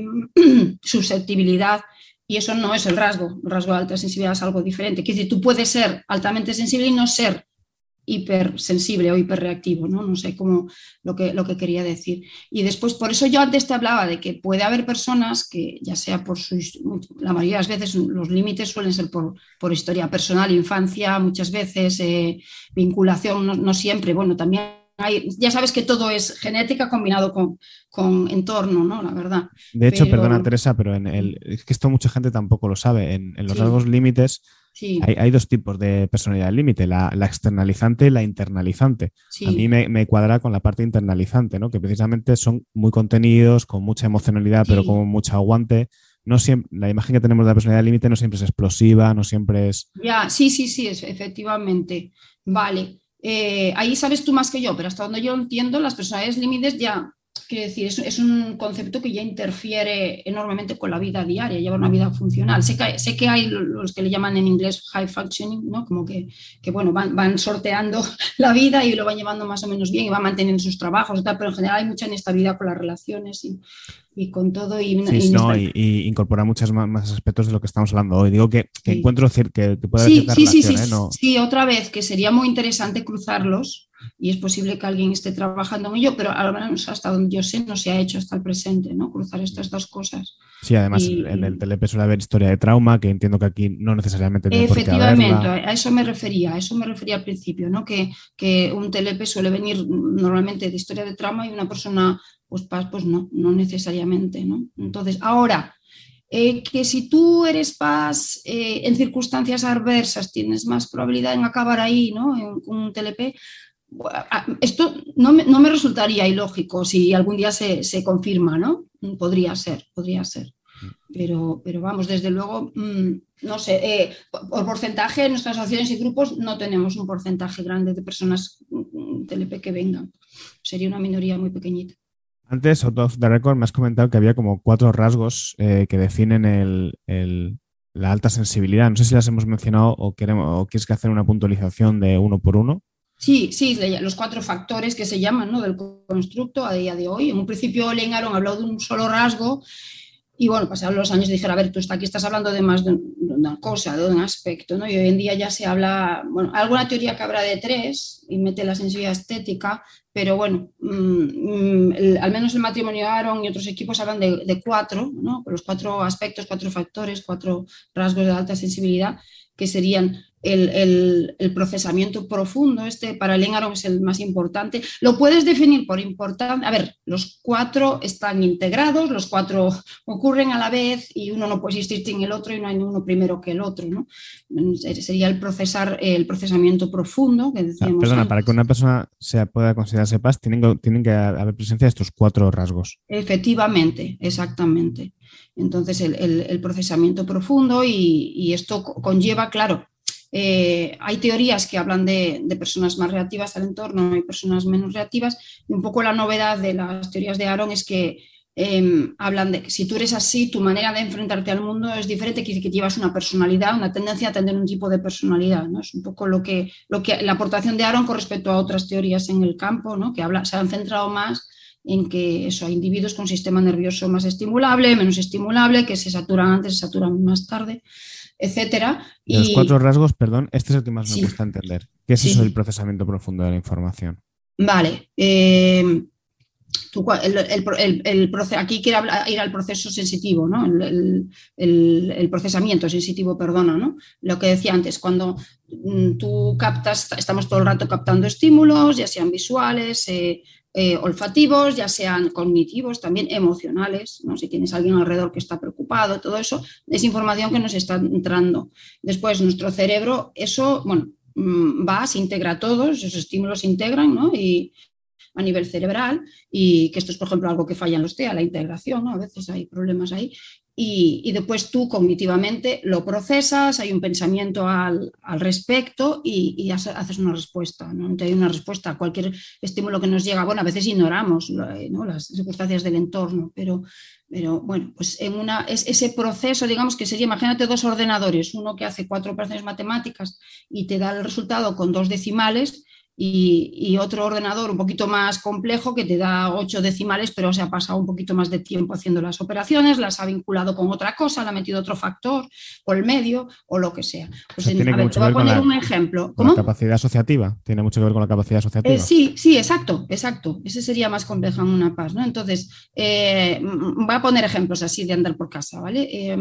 susceptibilidad. Y eso no es el rasgo de alta sensibilidad es algo diferente. Quiere decir, tú puedes ser altamente sensible y no ser hipersensible o hiperreactivo, ¿no? No sé cómo lo que quería decir. Y después, por eso yo antes te hablaba de que puede haber personas que, ya sea la mayoría de las veces los límites suelen ser por historia personal, infancia, muchas veces vinculación, no siempre, bueno, también ya sabes que todo es genética combinado con entorno, ¿no? La verdad. De hecho, perdona Teresa, pero es que esto mucha gente tampoco lo sabe. En los rasgos límites hay dos tipos de personalidad límite, la externalizante y la internalizante. A mí me cuadra con la parte internalizante, ¿no? Que precisamente son muy contenidos, con mucha emocionalidad, pero con mucho aguante. No siempre, la imagen que tenemos de la personalidad límite no siempre es explosiva, no siempre es... Ya, sí, efectivamente. Vale. Ahí sabes tú más que yo, pero hasta donde yo entiendo, las personalidades límites ya, quiero decir, es un concepto que ya interfiere enormemente con la vida diaria, lleva una vida funcional. Sé que hay los que le llaman en inglés high functioning, ¿no? Como que bueno, van sorteando la vida y lo van llevando más o menos bien y van manteniendo sus trabajos y tal, pero en general hay mucha inestabilidad con las relaciones y con todo. Y incorpora muchos más aspectos de lo que estamos hablando hoy. Digo que encuentro que puede haber cierta relación. Sí, otra vez, que sería muy interesante cruzarlos y es posible que alguien esté trabajando en ello, pero al menos hasta donde yo sé no se ha hecho hasta el presente, ¿no? Cruzar estas dos cosas. Sí, además en el TLP suele haber historia de trauma, que entiendo que aquí no necesariamente tiene por qué haberla. Efectivamente, a eso me refería al principio, ¿no? Que un TLP suele venir normalmente de historia de trauma y una persona pues no necesariamente, ¿no? Entonces, ahora, que si tú eres PAS en circunstancias adversas tienes más probabilidad en acabar ahí, ¿no? En un TLP. Esto no me resultaría ilógico si algún día se confirma, ¿no? Podría ser. Pero vamos, desde luego, no sé, por porcentaje en nuestras asociaciones y grupos no tenemos un porcentaje grande de personas TLP que vengan. Sería una minoría muy pequeñita. Antes, out of the record, me has comentado que había como 4 rasgos que definen la alta sensibilidad. No sé si las hemos mencionado o quieres que hacer una puntualización de uno por uno. Sí, los 4 factores que se llaman, ¿no? Del constructo a día de hoy. En un principio Elaine Aron habló de un solo rasgo y bueno, pasaron los años y dijeron, a ver, tú aquí estás hablando de más de una cosa, de un aspecto, ¿no? Y hoy en día ya se habla, bueno, alguna teoría que habrá de 3 y mete la sensibilidad estética, pero bueno, al menos el matrimonio Aron y otros equipos hablan de 4, ¿no? Los 4 aspectos, 4 factores, 4 rasgos de alta sensibilidad que serían el procesamiento profundo, para el Engaron es el más importante. Lo puedes definir por importante. A ver, los 4 están integrados, los 4 ocurren a la vez y uno no puede existir sin el otro y no hay uno primero que el otro, ¿no? Sería el procesamiento profundo que decíamos. Perdona, para que una persona pueda considerarse paz, tienen que haber presencia de estos 4 rasgos. Efectivamente, exactamente. Entonces, el procesamiento profundo y esto conlleva, claro, hay teorías que hablan de personas más reactivas al entorno y personas menos reactivas, y un poco la novedad de las teorías de Aaron es que hablan de que si tú eres así, tu manera de enfrentarte al mundo es diferente, que llevas una personalidad, una tendencia a tener un tipo de personalidad, ¿no? Es un poco lo que la aportación de Aaron con respecto a otras teorías en el campo, ¿no? Que se han centrado más en que hay individuos con un sistema nervioso más estimulable, menos estimulable, que se saturan antes, se saturan más tarde, etcétera. De los 4 rasgos, perdón, este es el que más me Sí. cuesta entender. ¿Qué es eso del procesamiento profundo de la información? Vale. Aquí quiero ir al proceso sensitivo, ¿no? El procesamiento sensitivo, perdona, ¿no? Lo que decía antes, cuando tú captas, estamos todo el rato captando estímulos, ya sean visuales, olfativos, ya sean cognitivos, también emocionales, ¿no? Si tienes a alguien alrededor que está preocupado, todo eso es información que nos está entrando. Después, nuestro cerebro, eso, bueno, se integra todos, esos estímulos se integran, ¿no? Y a nivel cerebral, y que esto es, por ejemplo, algo que falla en los TEA, la integración, ¿no? A veces hay problemas ahí. Y después tú cognitivamente lo procesas, hay un pensamiento al respecto y haces una respuesta, ¿no? Entonces hay una respuesta a cualquier estímulo que nos llega. Bueno, a veces ignoramos, ¿no? Las circunstancias del entorno, pero bueno, pues es ese proceso, digamos que sería, imagínate 2 ordenadores, uno que hace 4 operaciones matemáticas y te da el resultado con 2 decimales, y otro ordenador un poquito más complejo que te da 8 decimales, pero se ha pasado un poquito más de tiempo haciendo las operaciones, las ha vinculado con otra cosa, le ha metido otro factor por el medio o lo que sea. Pues te voy a poner un ejemplo. ¿Con la capacidad asociativa? ¿Tiene mucho que ver con la capacidad asociativa? Sí, exacto. Ese sería más complejo en una paz, ¿no? Entonces, voy a poner ejemplos así de andar por casa, ¿vale?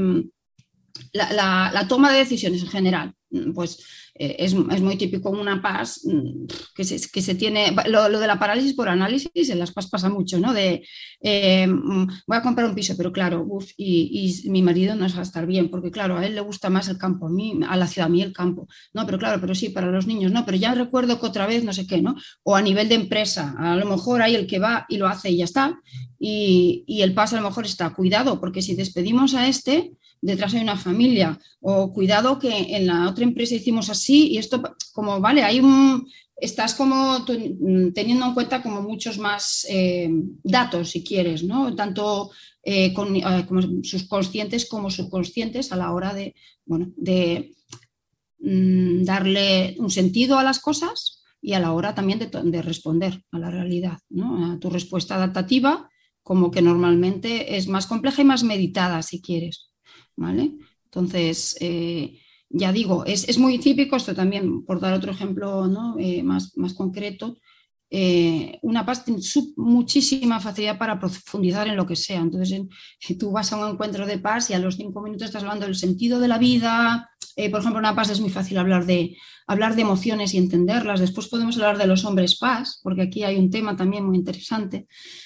La toma de decisiones en general, pues es muy típico en una PAS que se tiene, lo de la parálisis por análisis, en las PAS pasa mucho, ¿no? Voy a comprar un piso, pero claro, y mi marido no va a estar bien, porque claro, a él le gusta más el campo, a la ciudad, a mí el campo, no, pero claro, pero sí, para los niños, no, pero ya recuerdo que otra vez no sé qué, ¿no? O a nivel de empresa, a lo mejor hay el que va y lo hace y ya está, y el PAS a lo mejor está, cuidado, porque si despedimos a detrás hay una familia, o cuidado que en la otra empresa hicimos así y esto, como vale, estás como teniendo en cuenta como muchos más datos, si quieres, ¿no? Tanto como subconscientes como subconscientes a la hora de darle un sentido a las cosas y a la hora también de responder a la realidad, ¿no? A tu respuesta adaptativa, como que normalmente es más compleja y más meditada, si quieres. ¿Vale? Entonces, ya digo, es muy típico esto también, por dar otro ejemplo, ¿no? más concreto, una PAS tiene muchísima facilidad para profundizar en lo que sea. Entonces, tú vas a un encuentro de PAS y a los 5 minutos estás hablando del sentido de la vida. Por ejemplo, en una PAS es muy fácil hablar de emociones y entenderlas. Después podemos hablar de los hombres PAS, porque aquí hay un tema también muy interesante.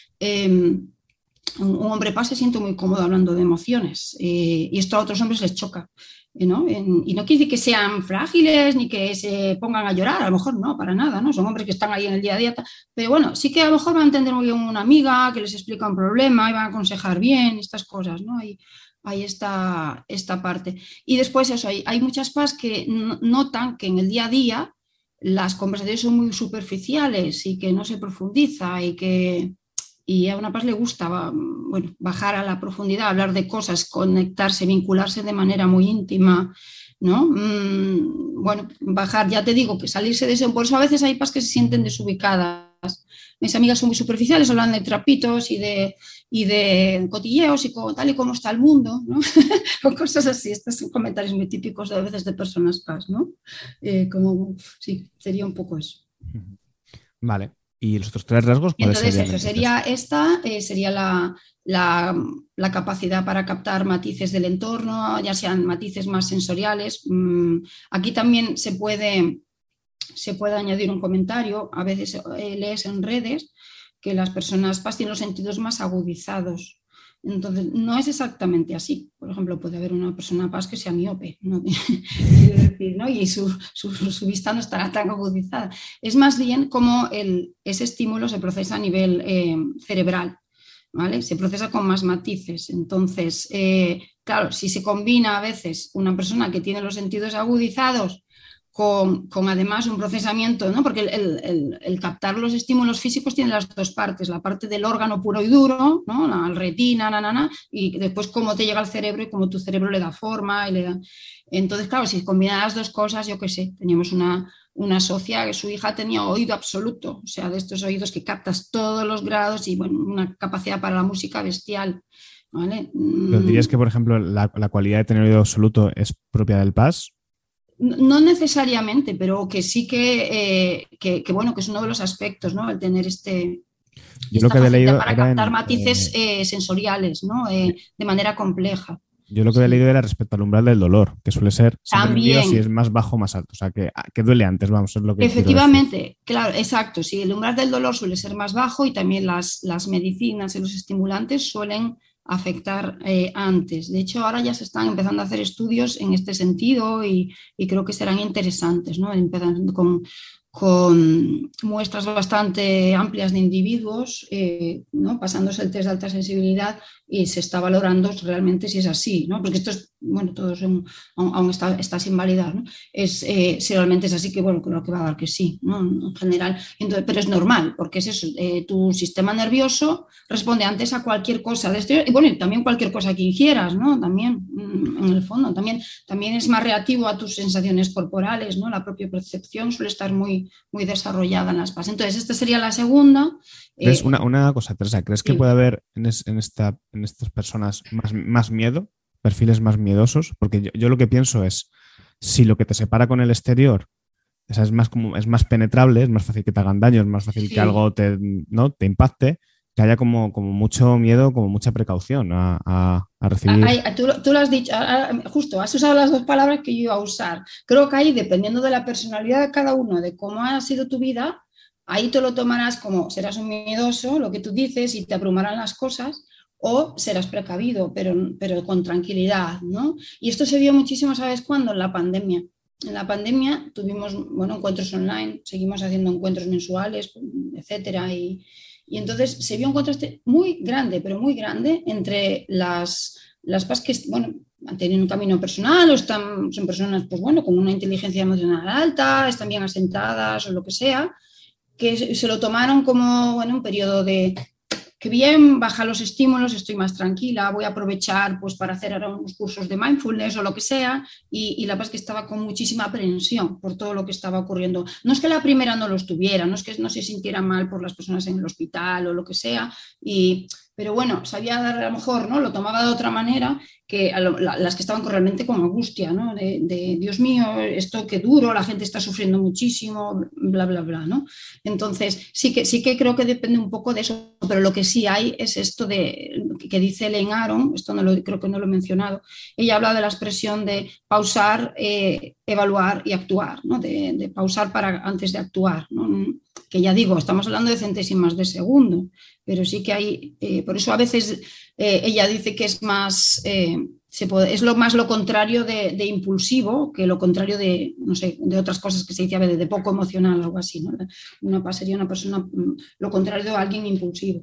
Un hombre PAS se siente muy cómodo hablando de emociones y esto a otros hombres les choca, ¿no? Y no quiere decir que sean frágiles ni que se pongan a llorar, a lo mejor no, para nada, ¿no? Son hombres que están ahí en el día a día, pero bueno, sí que a lo mejor van a entender muy bien una amiga que les explica un problema y van a aconsejar bien, estas cosas, ¿no? Ahí está esta parte. Y después eso, hay muchas PAS que notan que en el día a día las conversaciones son muy superficiales y que no se profundiza y a una PAS le gusta bajar a la profundidad, hablar de cosas, conectarse, vincularse de manera muy íntima, ¿no? Bajar, ya te digo, que salirse de eso. Por eso a veces hay PAS que se sienten desubicadas. Mis amigas son muy superficiales, hablan de trapitos y de cotilleos y tal y como está el mundo, ¿no? O cosas así. Estos son comentarios muy típicos a veces de personas PAS, ¿no? Sí, sería un poco eso. Vale. ¿Y los otros 3 rasgos Y cuáles entonces serían? eso sería sería la capacidad para captar matices del entorno, ya sean matices más sensoriales. Aquí también se puede añadir un comentario. A veces lees en redes que las personas PAS tienen los sentidos más agudizados. Entonces, no es exactamente así. Por ejemplo, puede haber una persona PAS que sea miope, ¿no? Quiero decir, ¿no? Y su vista no estará tan agudizada. Es más bien como ese estímulo se procesa a nivel cerebral, ¿vale? Se procesa con más matices. Entonces, claro, si se combina a veces una persona que tiene los sentidos agudizados con además un procesamiento, ¿no? Porque el captar los estímulos físicos tiene las dos partes, la parte del órgano puro y duro, ¿no? La retina, y después cómo te llega al cerebro y cómo tu cerebro le da forma. Entonces, claro, si combinas las dos cosas, yo qué sé, teníamos una socia que su hija tenía oído absoluto, o sea, de estos oídos que captas todos los grados y, bueno, una capacidad para la música bestial, ¿vale? ¿Pero dirías que, por ejemplo, la cualidad de tener oído absoluto es propia del PAS? No necesariamente, pero que sí bueno, que es uno de los aspectos, ¿no? El tener Yo lo esta que había facilidad leído para era captar matices sensoriales, ¿no? De manera compleja. Yo lo que había Sí. leído era respecto al umbral del dolor, que suele ser siempre medido si También, es más bajo o más alto. O sea, que duele antes, vamos, es lo que quiero decir. efectivamente, claro, exacto. Sí, el umbral del dolor suele ser más bajo y también las medicinas y los estimulantes suelen afectar antes. De hecho, ahora ya se están empezando a hacer estudios en este sentido y creo que serán interesantes, ¿no? Empezando con muestras bastante amplias de individuos, ¿no? Pasándose el test de alta sensibilidad y se está valorando realmente si es así, ¿no? Porque esto es, bueno, todo aún está sin validar, ¿no? Si realmente es así, que bueno, creo que va a dar que sí, ¿no? En general. Entonces, pero es normal, porque es eso, tu sistema nervioso responde antes a cualquier cosa de exterior, y bueno, y también cualquier cosa que ingieras, ¿no? También, en el fondo, también es más reactivo a tus sensaciones corporales, ¿no? La propia percepción suele estar muy desarrollada en las PAS. Entonces, esta sería la segunda. ¿Crees una cosa, Teresa? ¿Crees que Sí. puede haber en estas personas más miedo, perfiles más miedosos? Porque yo lo que pienso es, si lo que te separa con el exterior, o sea, es más penetrable, es más fácil que te hagan daño, es más fácil Sí. que algo ¿no? te impacte, que haya como mucho miedo, como mucha precaución a recibir. Tú lo has dicho, justo, has usado las dos palabras que yo iba a usar. Creo que ahí, dependiendo de la personalidad de cada uno, de cómo ha sido tu vida, ahí te lo tomarás como serás un miedoso, lo que tú dices, y te abrumarán las cosas, o serás precavido, pero con tranquilidad, ¿no? Y esto se vio muchísimo, ¿sabes cuándo? En la pandemia. En la pandemia tuvimos, bueno, encuentros online, seguimos haciendo encuentros mensuales, etcétera, y entonces se vio un contraste muy grande, pero muy grande, entre las PAS que, bueno, han tenido un camino personal o son personas, pues bueno, con una inteligencia emocional alta, están bien asentadas o lo que sea, que se lo tomaron como, bueno, un periodo de que bien, baja los estímulos, estoy más tranquila, voy a aprovechar pues para hacer ahora unos cursos de mindfulness o lo que sea, y la verdad es que estaba con muchísima aprensión por todo lo que estaba ocurriendo. No es que la primera no lo estuviera, no es que no se sintiera mal por las personas en el hospital o lo que sea, pero bueno, sabía dar a lo mejor, ¿no? Lo tomaba de otra manera que las que estaban realmente con angustia, ¿no? De Dios mío, esto qué duro, la gente está sufriendo muchísimo, bla, bla, bla, ¿no? Entonces, sí que creo que depende un poco de eso, pero lo que sí hay es esto que dice Elaine Aron, esto creo que no lo he mencionado, ella habla de la expresión de pausar, evaluar y actuar, ¿no? De pausar antes de actuar, ¿no? Que ya digo, estamos hablando de centésimas de segundo, pero sí que hay, por eso a veces ella dice que es más, es lo contrario de impulsivo que lo contrario de, no sé, de otras cosas que se dice a veces, de poco emocional, algo así, ¿no? Sería una persona, lo contrario de alguien impulsivo.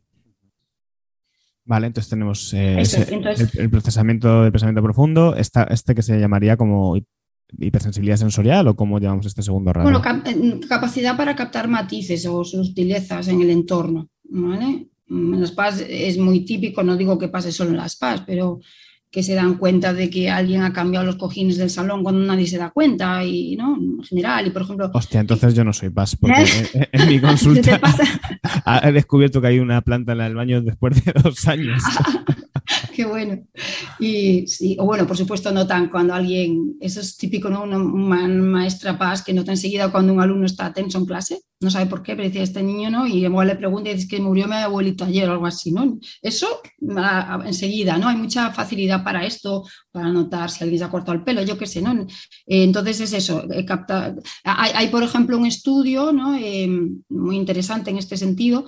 Vale, entonces tenemos Entonces, el procesamiento del pensamiento profundo, que se llamaría como hipersensibilidad sensorial, o cómo llamamos este segundo rasgo. Bueno, capacidad para captar matices o sutilezas en el entorno, ¿vale? En las PAS es muy típico, no digo que pase solo en las PAS, pero que se dan cuenta de que alguien ha cambiado los cojines del salón cuando nadie se da cuenta, y no, en general, y por ejemplo... Hostia, entonces yo no soy PAS, porque en mi consulta he descubierto que hay una planta en el baño después de 2 años. Qué bueno. Y sí, o bueno, por supuesto notan cuando alguien, eso es típico, ¿no? Una maestra PAS que nota enseguida cuando un alumno está tenso en clase, no sabe por qué, pero decía, este niño no, y igual le pregunta y dice que murió mi abuelito ayer o algo así, ¿no? Eso enseguida, ¿no? Hay mucha facilidad para esto, para notar si alguien se ha cortado el pelo, yo qué sé, ¿no? Entonces es eso, hay, por ejemplo, un estudio, ¿no? Muy interesante en este sentido,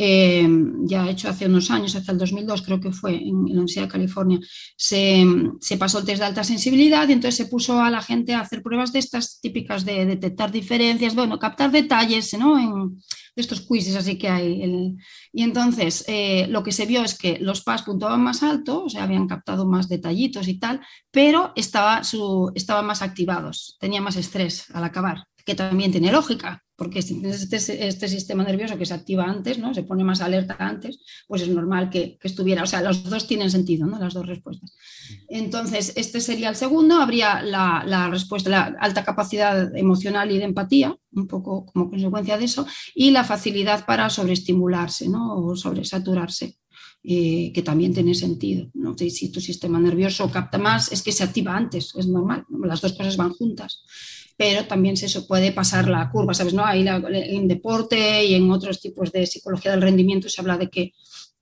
ya hecho hace unos años, hasta el 2002 creo que fue, en la Universidad de California, se pasó el test de alta sensibilidad y entonces se puso a la gente a hacer pruebas de estas típicas de detectar diferencias, bueno, captar detalles, ¿no? De estos quizzes así que hay. Y entonces lo que se vio es que los PAS puntuaban más alto, o sea, habían captado más detallitos y tal, pero estaban más activados, tenía más estrés al acabar, que también tiene lógica, porque si tienes este sistema nervioso que se activa antes, ¿no? Se pone más alerta antes, pues es normal que estuviera, o sea, los dos tienen sentido, ¿no? Las dos respuestas. Entonces, este sería el segundo, habría la respuesta, la alta capacidad emocional y de empatía, un poco como consecuencia de eso, y la facilidad para sobreestimularse, ¿no? O sobresaturarse. Que también tiene sentido, ¿no? Si tu sistema nervioso capta más, es que se activa antes, es normal, ¿no? Las dos cosas van juntas, pero también se puede pasar la curva, ¿sabes? ¿No? Ahí en deporte y en otros tipos de psicología del rendimiento se habla de que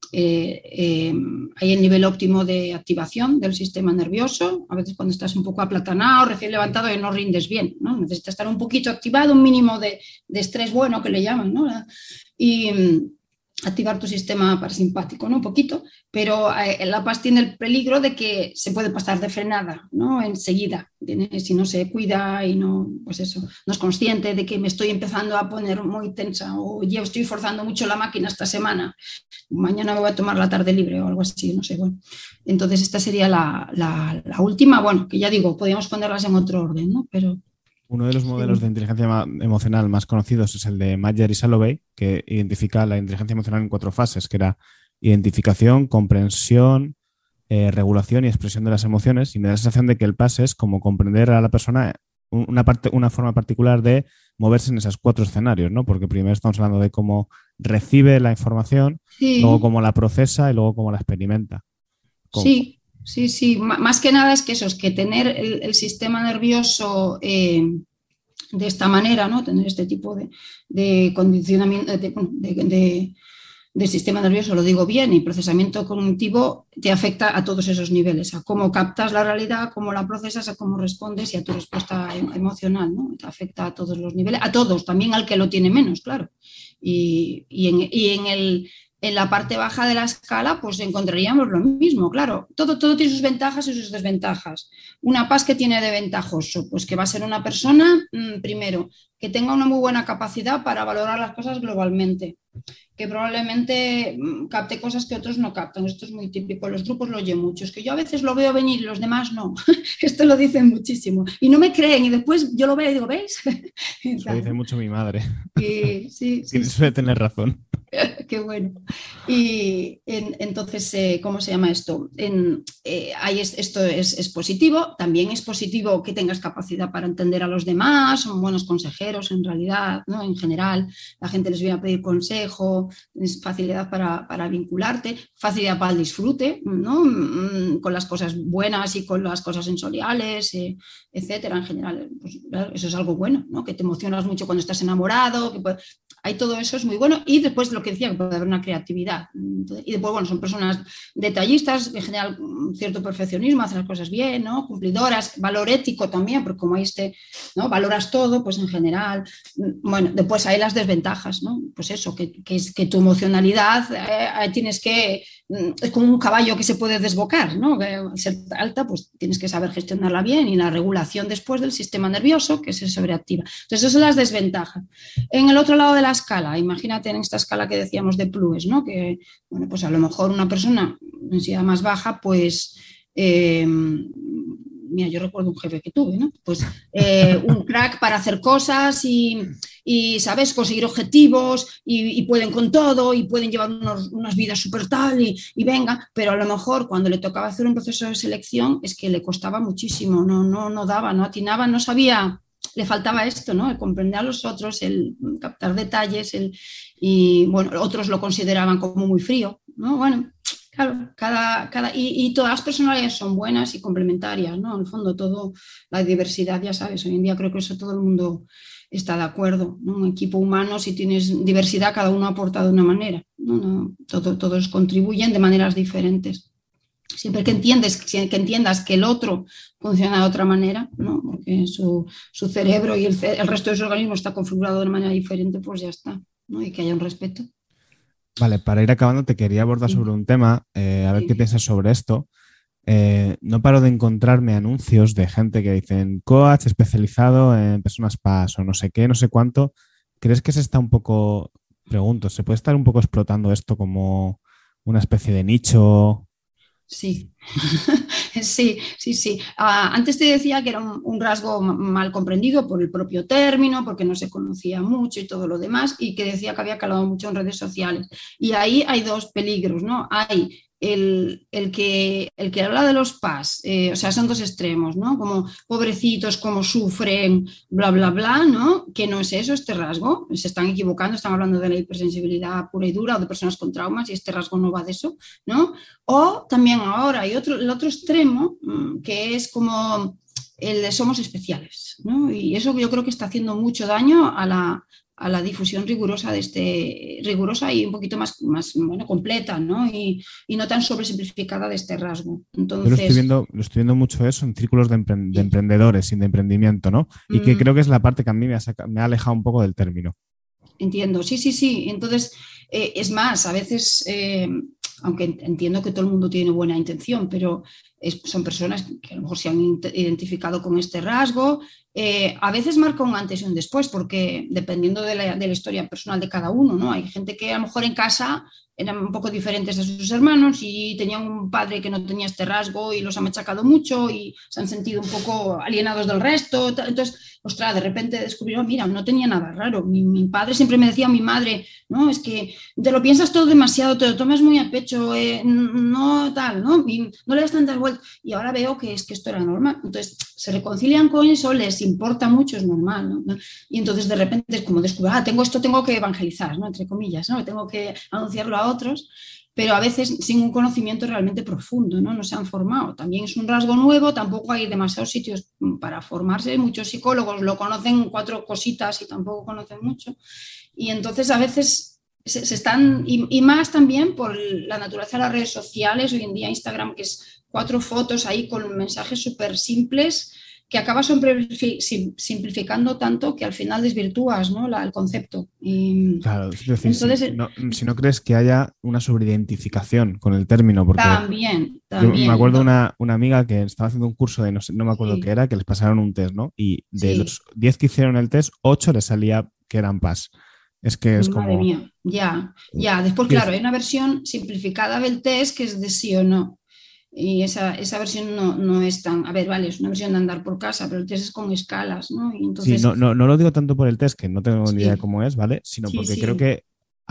hay el nivel óptimo de activación del sistema nervioso, a veces cuando estás un poco aplatanado, recién levantado y no rindes bien, ¿no? Necesitas estar un poquito activado, un mínimo de estrés bueno que le llaman, ¿no? Y activar tu sistema parasimpático, ¿no? Un poquito, pero la PAS tiene el peligro de que se puede pasar de frenada, ¿no? Enseguida, si no se cuida y no, pues eso, no es consciente de que me estoy empezando a poner muy tensa o yo estoy forzando mucho la máquina esta semana, mañana me voy a tomar la tarde libre o algo así, no sé, bueno. Entonces esta sería la última, bueno, que ya digo, podríamos ponerlas en otro orden, ¿no? Pero... Uno de los modelos de inteligencia emocional más conocidos es el de Mayer y Salovey, que identifica la inteligencia emocional en 4 fases, que era identificación, comprensión, regulación y expresión de las emociones. Y me da la sensación de que el PAS es como comprender a la persona una forma particular de moverse en esos 4 escenarios, ¿no? Porque primero estamos hablando de cómo recibe la información, luego cómo la procesa y luego cómo la experimenta. Sí. Sí, más que nada es que eso, es que tener el sistema nervioso de esta manera, ¿no? Tener este tipo de condicionamiento, de sistema nervioso, lo digo bien, y procesamiento cognitivo te afecta a todos esos niveles, a cómo captas la realidad, a cómo la procesas, a cómo respondes y a tu respuesta emocional, ¿no? Te afecta a todos los niveles, a todos, también al que lo tiene menos, claro. Y en la parte baja de la escala, pues encontraríamos lo mismo, claro. Todo tiene sus ventajas y sus desventajas. Una PAS que tiene de ventajoso, pues que va a ser una persona, primero, que tenga una muy buena capacidad para valorar las cosas globalmente, que probablemente capte cosas que otros no captan. Esto es muy típico, los grupos lo oyen mucho, es que yo a veces lo veo venir y los demás no. Esto lo dicen muchísimo y no me creen y después yo lo veo y digo, ¿veis? Lo dice mucho mi madre. Sí. Suele tener razón. Qué bueno. Y entonces, ¿cómo se llama esto? Esto es positivo. También es positivo que tengas capacidad para entender a los demás, son buenos consejeros en realidad, ¿no? En general, la gente les viene a pedir consejo, tienes facilidad para vincularte, facilidad para el disfrute, ¿no? Con las cosas buenas y con las cosas sensoriales, etcétera. En general, pues, claro, eso es algo bueno, ¿no? Que te emocionas mucho cuando estás enamorado, hay todo eso, es muy bueno. Y después lo que decía, que puede haber una creatividad. Y después, bueno, son personas detallistas, en general cierto perfeccionismo, hacen las cosas bien, ¿no? Cumplidoras, valor ético también, porque como hay ¿no? Valoras todo, pues en general. Bueno, después hay las desventajas, ¿no? Pues eso, que tu emocionalidad tienes que... Es como un caballo que se puede desbocar, ¿no? Que al ser alta, pues tienes que saber gestionarla bien y la regulación después del sistema nervioso que se sobreactiva. Entonces, esas son las desventajas. En el otro lado de la escala, imagínate en esta escala que decíamos de Plues, ¿no? Que, bueno, pues a lo mejor una persona en densidad más baja, pues... mira, yo recuerdo un jefe que tuve, ¿no? Pues un crack para hacer cosas y ¿sabes? Conseguir objetivos y pueden con todo y pueden llevar unas vidas súper tal y venga, pero a lo mejor cuando le tocaba hacer un proceso de selección es que le costaba muchísimo, no daba, no atinaba, no sabía, le faltaba esto, ¿no? El comprender a los otros, el captar detalles, y bueno, otros lo consideraban como muy frío, ¿no? Bueno, claro, y todas las personalidades son buenas y complementarias, ¿no? En el fondo, todo, la diversidad, ya sabes, hoy en día creo que eso todo el mundo está de acuerdo, ¿no? Un equipo humano, si tienes diversidad, cada uno aporta de una manera, ¿no? Todos contribuyen de maneras diferentes. Siempre que entiendas que el otro funciona de otra manera, ¿no? Porque su cerebro y el resto de su organismo está configurado de una manera diferente, pues ya está, ¿no? Y que haya un respeto. Vale, para ir acabando, te quería abordar sobre un tema, a ver qué piensas sobre esto. No paro de encontrarme anuncios de gente que dicen coach especializado en personas PAS o no sé qué, no sé cuánto. ¿Crees que se está un poco, pregunto, se puede estar un poco explotando esto como una especie de nicho? Sí, sí. Antes te decía que era un rasgo mal comprendido por el propio término, porque no se conocía mucho y todo lo demás, y que decía que había calado mucho en redes sociales. Y ahí hay dos peligros, ¿no? Hay el que habla de los PAS, o sea, son dos extremos, ¿no? Como pobrecitos, como sufren, bla, bla, bla, ¿no? Que no es eso, este rasgo. Se están equivocando, están hablando de la hipersensibilidad pura y dura o de personas con traumas, y este rasgo no va de eso, ¿no? O también ahora hay el otro extremo, que es como el de somos especiales, ¿no? Y eso yo creo que está haciendo mucho daño a la difusión rigurosa rigurosa y un poquito más bueno, completa, ¿no? Y no tan sobresimplificada de este rasgo. Entonces, Lo estoy viendo mucho eso en círculos de emprendedores y de emprendimiento, ¿no? Y que creo que es la parte que a mí me ha alejado un poco del término. Entiendo, sí. Entonces, es más, a veces, aunque entiendo que todo el mundo tiene buena intención, pero son personas que a lo mejor se han identificado con este rasgo. A veces marca un antes y un después, porque dependiendo de la historia personal de cada uno, ¿no? Hay gente que a lo mejor en casa eran un poco diferentes de sus hermanos y tenían un padre que no tenía este rasgo y los ha machacado mucho y se han sentido un poco alienados del resto. Entonces, ostras, de repente descubrieron, mira, no tenía nada raro. Mi padre siempre me decía, mi madre, no, es que te lo piensas todo demasiado, te lo tomas muy a pecho, no tal, ¿no? Y no le das tantas vueltas. Y ahora veo que es que esto era normal. Entonces, se reconcilian con eso, les importa mucho, es normal, ¿no? Y entonces de repente es como descubrir, tengo esto, tengo que evangelizar, ¿no? Entre comillas, ¿no? Tengo que anunciarlo a otros, pero a veces sin un conocimiento realmente profundo, ¿no? No se han formado. También es un rasgo nuevo, tampoco hay demasiados sitios para formarse, muchos psicólogos lo conocen 4 cositas y tampoco conocen mucho. Y entonces a veces se están, y más también por la naturaleza de las redes sociales, hoy en día Instagram, que es 4 fotos ahí con mensajes súper simples, que acabas simplificando tanto que al final desvirtúas, ¿no? el concepto. Claro, es decir, Entonces, si no crees que haya una sobreidentificación con el término, porque también. yo me acuerdo una amiga que estaba haciendo un curso de no me acuerdo qué era, que les pasaron un test, ¿no? Y de los 10 que hicieron el test, 8 les salía que eran PAS. Es que es como... Madre mía, ya. Después, claro, hay una versión simplificada del test que es de sí o no. Y esa versión no es tan... A ver, vale, es una versión de andar por casa, pero el test es con escalas, ¿no? Y entonces... Sí, no lo digo tanto por el test, que no tengo ni idea de cómo es, ¿vale? Sino porque creo que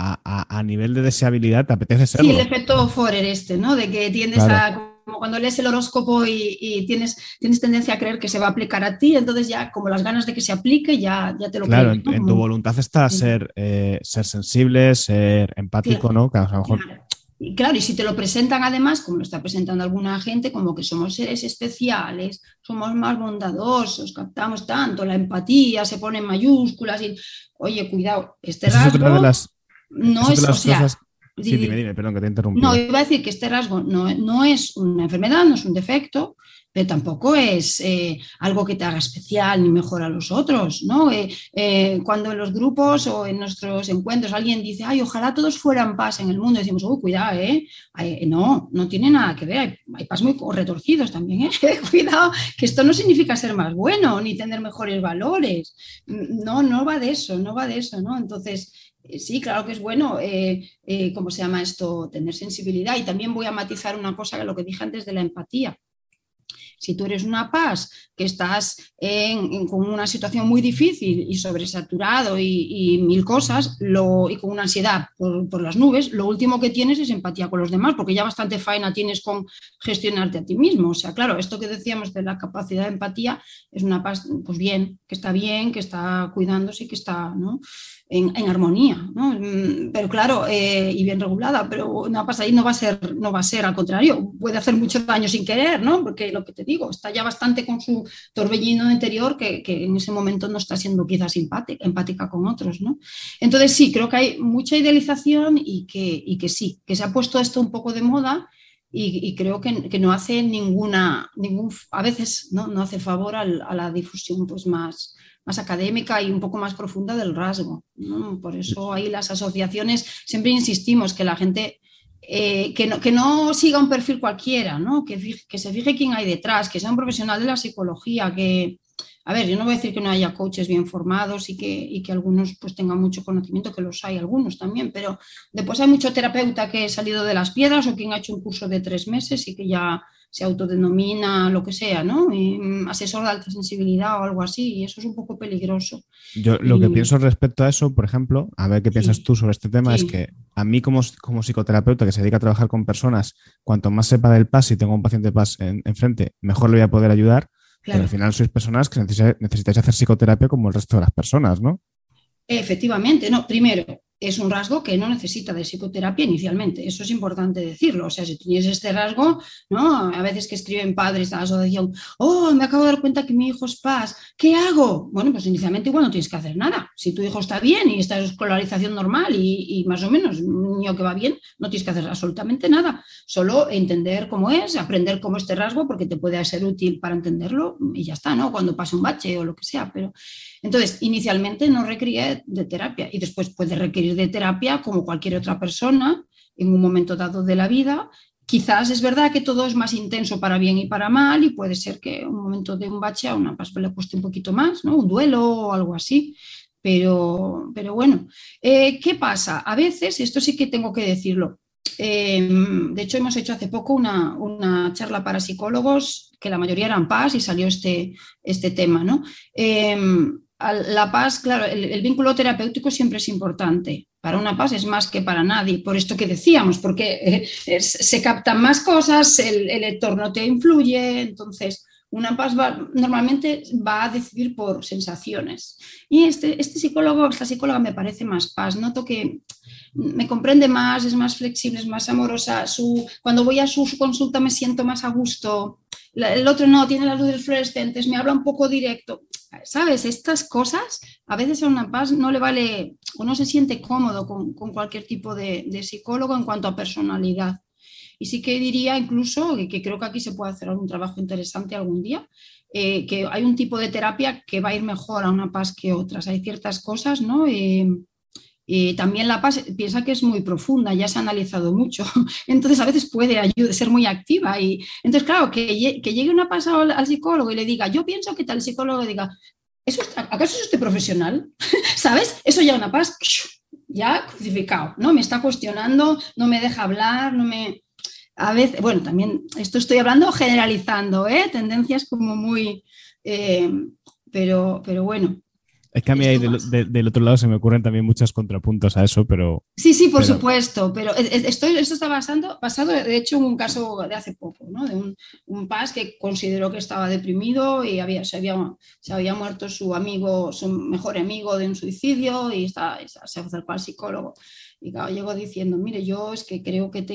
a nivel de deseabilidad te apetece serlo. Sí, el efecto Forer ¿no? De que tiendes como cuando lees el horóscopo y tienes tendencia a creer que se va a aplicar a ti, entonces ya como las ganas de que se aplique ya te lo claro, crees, ¿no? en tu voluntad está ser sensible, ser empático, claro, ¿no? Que a lo mejor... Claro, y si te lo presentan además, como lo está presentando alguna gente, como que somos seres especiales, somos más bondadosos, captamos tanto, la empatía se pone en mayúsculas y, oye, cuidado, este rasgo es otra de las, no es, o sea... Cosas... Sí, dime, perdón, que te he interrumpido. No, iba a decir que este rasgo no es una enfermedad, no es un defecto, pero tampoco es algo que te haga especial ni mejor a los otros, ¿no? Cuando en los grupos o en nuestros encuentros alguien dice, ay, ojalá todos fueran paz en el mundo, decimos, cuidado, no tiene nada que ver, hay paz muy retorcidos también, cuidado, que esto no significa ser más bueno ni tener mejores valores, no va de eso, ¿no? Entonces... Sí, claro que es bueno, ¿cómo se llama esto? Tener sensibilidad. Y también voy a matizar una cosa que lo que dije antes de la empatía. Si tú eres una PAS que estás con una situación muy difícil y sobresaturado y mil cosas y con una ansiedad por las nubes, lo último que tienes es empatía con los demás, porque ya bastante faena tienes con gestionarte a ti mismo. O sea, claro, esto que decíamos de la capacidad de empatía es una PAS, pues bien, que está cuidándose y que está, ¿no? en armonía, ¿no? Pero claro, y bien regulada, pero una paz ahí no va a ser, al contrario, puede hacer mucho daño sin querer, ¿no? Porque lo que te digo, está ya bastante con su torbellino interior que en ese momento no está siendo quizás empática con otros, ¿no? Entonces sí, creo que hay mucha idealización y que sí, que se ha puesto esto un poco de moda y creo que no hace a veces no hace favor a la difusión pues más académica y un poco más profunda del rasgo, ¿no? Por eso ahí las asociaciones siempre insistimos que la gente que no siga un perfil cualquiera, ¿no? Que se fije quién hay detrás, que sea un profesional de la psicología, a ver, yo no voy a decir que no haya coaches bien formados y que algunos pues tengan mucho conocimiento, que los hay algunos también, pero después hay mucho terapeuta que ha salido de las piedras o quien ha hecho un curso de 3 meses y que ya se autodenomina lo que sea, ¿no? Asesor de alta sensibilidad o algo así, y eso es un poco peligroso. Yo lo que pienso respecto a eso, por ejemplo, a ver qué piensas tú sobre este tema, es Sí. que a mí como psicoterapeuta que se dedica a trabajar con personas, cuanto más sepa del PAS y tengo un paciente PAS enfrente, mejor le voy a poder ayudar. Pero Claro. al final sois personas que necesitáis hacer psicoterapia como el resto de las personas, ¿no? Efectivamente, no, primero, es un rasgo que no necesita de psicoterapia inicialmente, eso es importante decirlo, o sea, si tienes este rasgo, ¿no? A veces que escriben padres a la asociación, oh, me acabo de dar cuenta que mi hijo es PAS, ¿qué hago? Bueno, pues inicialmente igual no tienes que hacer nada, si tu hijo está bien y está en escolarización normal y más o menos un niño que va bien, no tienes que hacer absolutamente nada, solo entender cómo es, aprender cómo es este rasgo, porque te puede ser útil para entenderlo y ya está, ¿no? Cuando pase un bache o lo que sea, pero entonces, inicialmente no requería de terapia y después puede requerir de terapia como cualquier otra persona en un momento dado de la vida. Quizás es verdad que todo es más intenso para bien y para mal y puede ser que un momento de un bache a una persona le cueste un poquito más, ¿no? Un duelo o algo así. Pero bueno, ¿qué pasa? A veces, y esto sí que tengo que decirlo, de hecho hemos hecho hace poco una charla para psicólogos que la mayoría eran PAS y salió este tema, ¿no? La paz, claro, el vínculo terapéutico siempre es importante. Para una paz es más que para nadie, por esto que decíamos, porque se captan más cosas, el entorno te influye, entonces una paz normalmente va a decidir por sensaciones. Y este psicólogo, esta psicóloga me parece más paz, noto que me comprende más, es más flexible, es más amorosa, cuando voy a su consulta me siento más a gusto, el otro no, tiene las luces fluorescentes, me habla un poco directo. ¿Sabes? Estas cosas a veces a una paz no le vale o no se siente cómodo con cualquier tipo de psicólogo en cuanto a personalidad. Y sí que diría incluso que creo que aquí se puede hacer algún trabajo interesante algún día, que hay un tipo de terapia que va a ir mejor a una paz que otras. Hay ciertas cosas, ¿no? También la paz piensa que es muy profunda, ya se ha analizado mucho, entonces a veces puede ser muy activa y entonces claro, que llegue una paz al psicólogo y le diga, yo pienso que tal, el psicólogo diga, ¿acaso es usted profesional? ¿Sabes? Eso ya una paz, ya crucificado, ¿no? Me está cuestionando, no me deja hablar, no me... A veces, bueno, también esto estoy hablando generalizando, tendencias como muy... pero bueno. Es que a mí ahí del otro lado se me ocurren también muchos contrapuntos a eso, pero... Sí, por supuesto, pero esto está basado, de hecho, en un caso de hace poco, ¿no? De un PAS que consideró que estaba deprimido y se había muerto su amigo, su mejor amigo de un suicidio y se acercó al psicólogo. Y claro, llegó diciendo, mire, yo es que creo que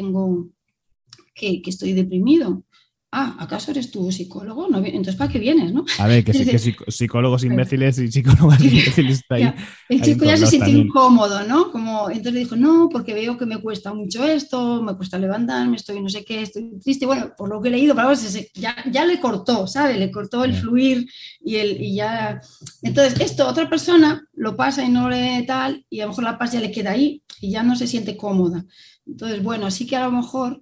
que estoy deprimido. Ah, ¿acaso eres tú psicólogo? No, entonces, ¿para qué vienes, no? A ver, que sí, que psicólogos imbéciles y psicólogas imbéciles está ahí. El chico ya se sintió incómodo, ¿no? Entonces le dijo, no, porque veo que me cuesta mucho esto, me cuesta levantarme, estoy no sé qué, estoy triste. Bueno, por lo que he leído, ya le cortó, ¿sabes? Le cortó el fluir y ya... Entonces, esto otra persona lo pasa y no le tal, y a lo mejor la paz ya le queda ahí y ya no se siente cómoda. Entonces, bueno, así que a lo mejor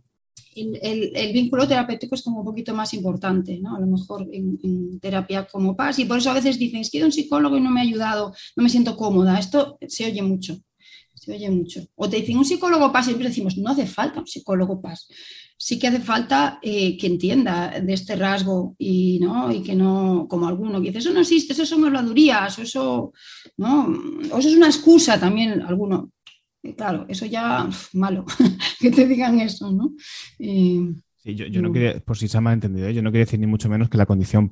el vínculo terapéutico es como un poquito más importante, ¿no? A lo mejor en terapia como PAS, y por eso a veces dicen, es que he ido a un psicólogo y no me ha ayudado, no me siento cómoda. Esto se oye mucho. O te dicen un psicólogo PAS, siempre decimos, no hace falta un psicólogo PAS. Sí que hace falta que entienda de este rasgo y que no, como alguno que dice, eso no existe, eso son habladurías, eso es una excusa también, alguno. Claro, eso ya malo, que te digan eso, ¿no? Sí, yo no quería, por si se ha malentendido, yo no quería decir ni mucho menos que la condición PAS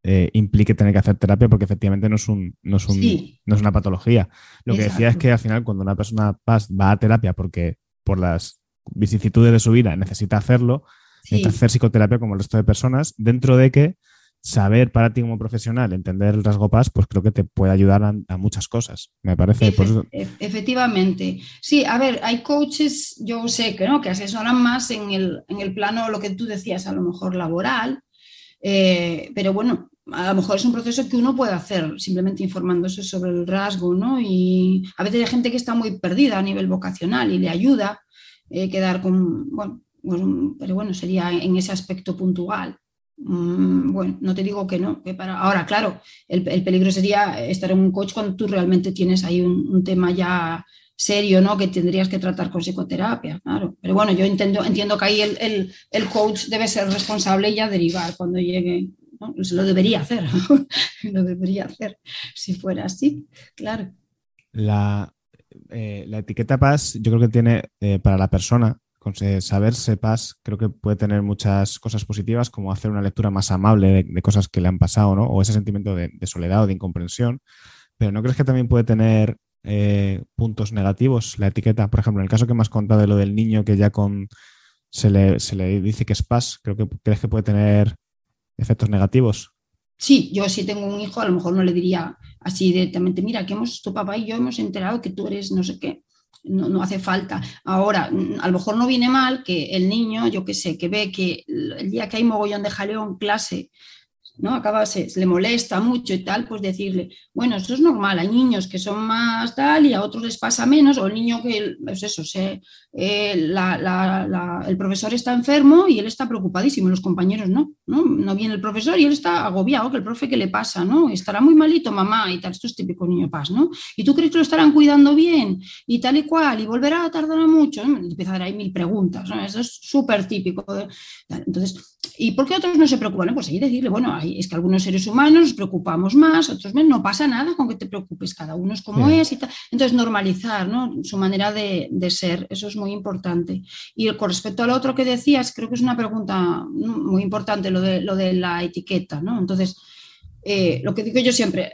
implique tener que hacer terapia, porque efectivamente no es una patología. Lo que decía es que al final cuando una persona PAS va a terapia porque por las vicisitudes de su vida necesita hacerlo, necesita hacer psicoterapia como el resto de personas, dentro de que saber para ti como profesional, entender el rasgo PAS, pues creo que te puede ayudar a muchas cosas, me parece. Efectivamente. Sí, a ver, hay coaches, yo sé que no, que asesoran más en el plano, lo que tú decías, a lo mejor laboral, pero bueno, a lo mejor es un proceso que uno puede hacer simplemente informándose sobre el rasgo, ¿no? Y a veces hay gente que está muy perdida a nivel vocacional y le ayuda quedar con, bueno, pero bueno, sería en ese aspecto puntual. Bueno, no te digo que no, que para ahora, claro, el peligro sería estar en un coach cuando tú realmente tienes ahí un tema ya serio, ¿no? Que tendrías que tratar con psicoterapia, claro. Pero bueno, yo entiendo que ahí el coach debe ser responsable y ya derivar cuando llegue, ¿no? Se lo debería hacer, lo debería hacer si fuera así, claro. La etiqueta PAS yo creo que tiene para la persona, con saberse PAS, creo que puede tener muchas cosas positivas, como hacer una lectura más amable de cosas que le han pasado, ¿no? O ese sentimiento de soledad o de incomprensión. Pero ¿no crees que también puede tener puntos negativos la etiqueta? Por ejemplo, en el caso que me has contado de lo del niño que ya se le dice que es PAS, ¿crees que puede tener efectos negativos? Sí, yo si tengo un hijo, a lo mejor no le diría así directamente, mira, que tu papá y yo hemos enterado que tú eres no sé qué. No hace falta. Ahora, a lo mejor no viene mal que el niño, yo qué sé, que ve que el día que hay mogollón de jaleo en clase, ¿no? Se le molesta mucho y tal, pues decirle, bueno, esto es normal, hay niños que son más tal y a otros les pasa menos, o el niño que, pues eso, el profesor está enfermo y él está preocupadísimo, los compañeros no viene el profesor y él está agobiado, que el profe, ¿qué le pasa? ¿No? Estará muy malito, mamá, y tal, esto es típico niño PAS, ¿no? Y tú crees que lo estarán cuidando bien y tal y cual, y volverá a tardar mucho, ¿no? Empieza a dar ahí mil preguntas, ¿no? Eso es súper típico. Entonces, ¿y por qué otros no se preocupan? Pues ahí decirle, bueno, es que algunos seres humanos nos preocupamos más, otros menos, no pasa nada con que te preocupes, cada uno es como es y tal. Entonces, normalizar, ¿no? Su manera de ser, eso es muy importante. Y con respecto al otro que decías, creo que es una pregunta muy importante lo de la etiqueta, ¿no? Entonces, lo que digo yo siempre,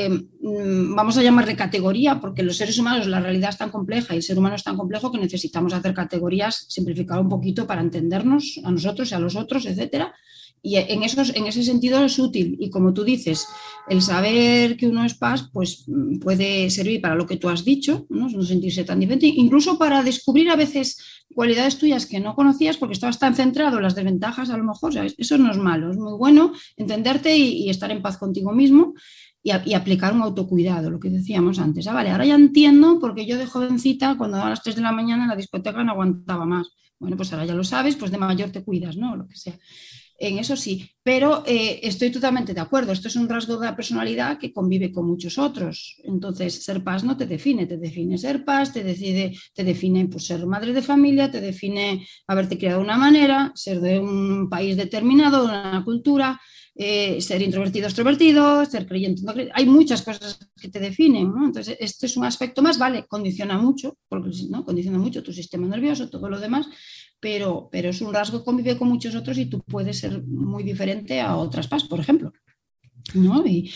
vamos a llamarle categoría porque los seres humanos, la realidad es tan compleja y el ser humano es tan complejo que necesitamos hacer categorías, simplificar un poquito para entendernos a nosotros y a los otros, etcétera. Y en ese sentido es útil. Y como tú dices, el saber que uno es PAS, pues puede servir para lo que tú has dicho, no sentirse tan diferente, incluso para descubrir a veces cualidades tuyas que no conocías porque estabas tan centrado en las desventajas, a lo mejor, ¿sabes? Eso no es malo, es muy bueno entenderte y estar en paz contigo mismo y aplicar un autocuidado, lo que decíamos antes. Vale, ahora ya entiendo porque yo de jovencita, cuando a las 3 de la mañana en la discoteca no aguantaba más. Bueno, pues ahora ya lo sabes, pues de mayor te cuidas, ¿no? Lo que sea. En eso sí, pero estoy totalmente de acuerdo. Esto es un rasgo de la personalidad que convive con muchos otros. Entonces, ser PAS no te define ser PAS, te define pues, ser madre de familia, te define haberte criado de una manera, ser de un país determinado, de una cultura, ser introvertido, extrovertido, ser creyente, no creyente. Hay muchas cosas que te definen, ¿no? Entonces, este es un aspecto más, vale, condiciona mucho, porque ¿no? Condiciona mucho tu sistema nervioso, todo lo demás. Pero es un rasgo que convive con muchos otros y tú puedes ser muy diferente a otras PAS, por ejemplo, ¿no? Y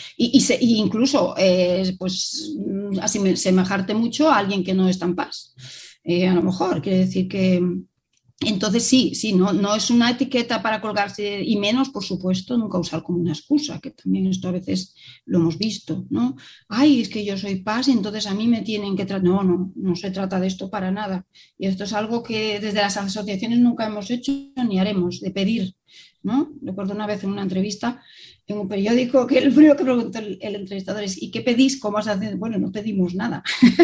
incluso pues asemejarte mucho a alguien que no es tan PAS. A lo mejor quiere decir que entonces sí, no es una etiqueta para colgarse y menos, por supuesto, nunca usar como una excusa, que también esto a veces lo hemos visto, ¿no? Ay, es que yo soy PAS y entonces a mí me tienen que tratar. No se trata de esto para nada. Y esto es algo que desde las asociaciones nunca hemos hecho ni haremos, de pedir, ¿no? Recuerdo una vez en una entrevista en un periódico que el primero que preguntó el entrevistador es ¿y qué pedís? ¿Cómo se hace? Bueno, no pedimos nada.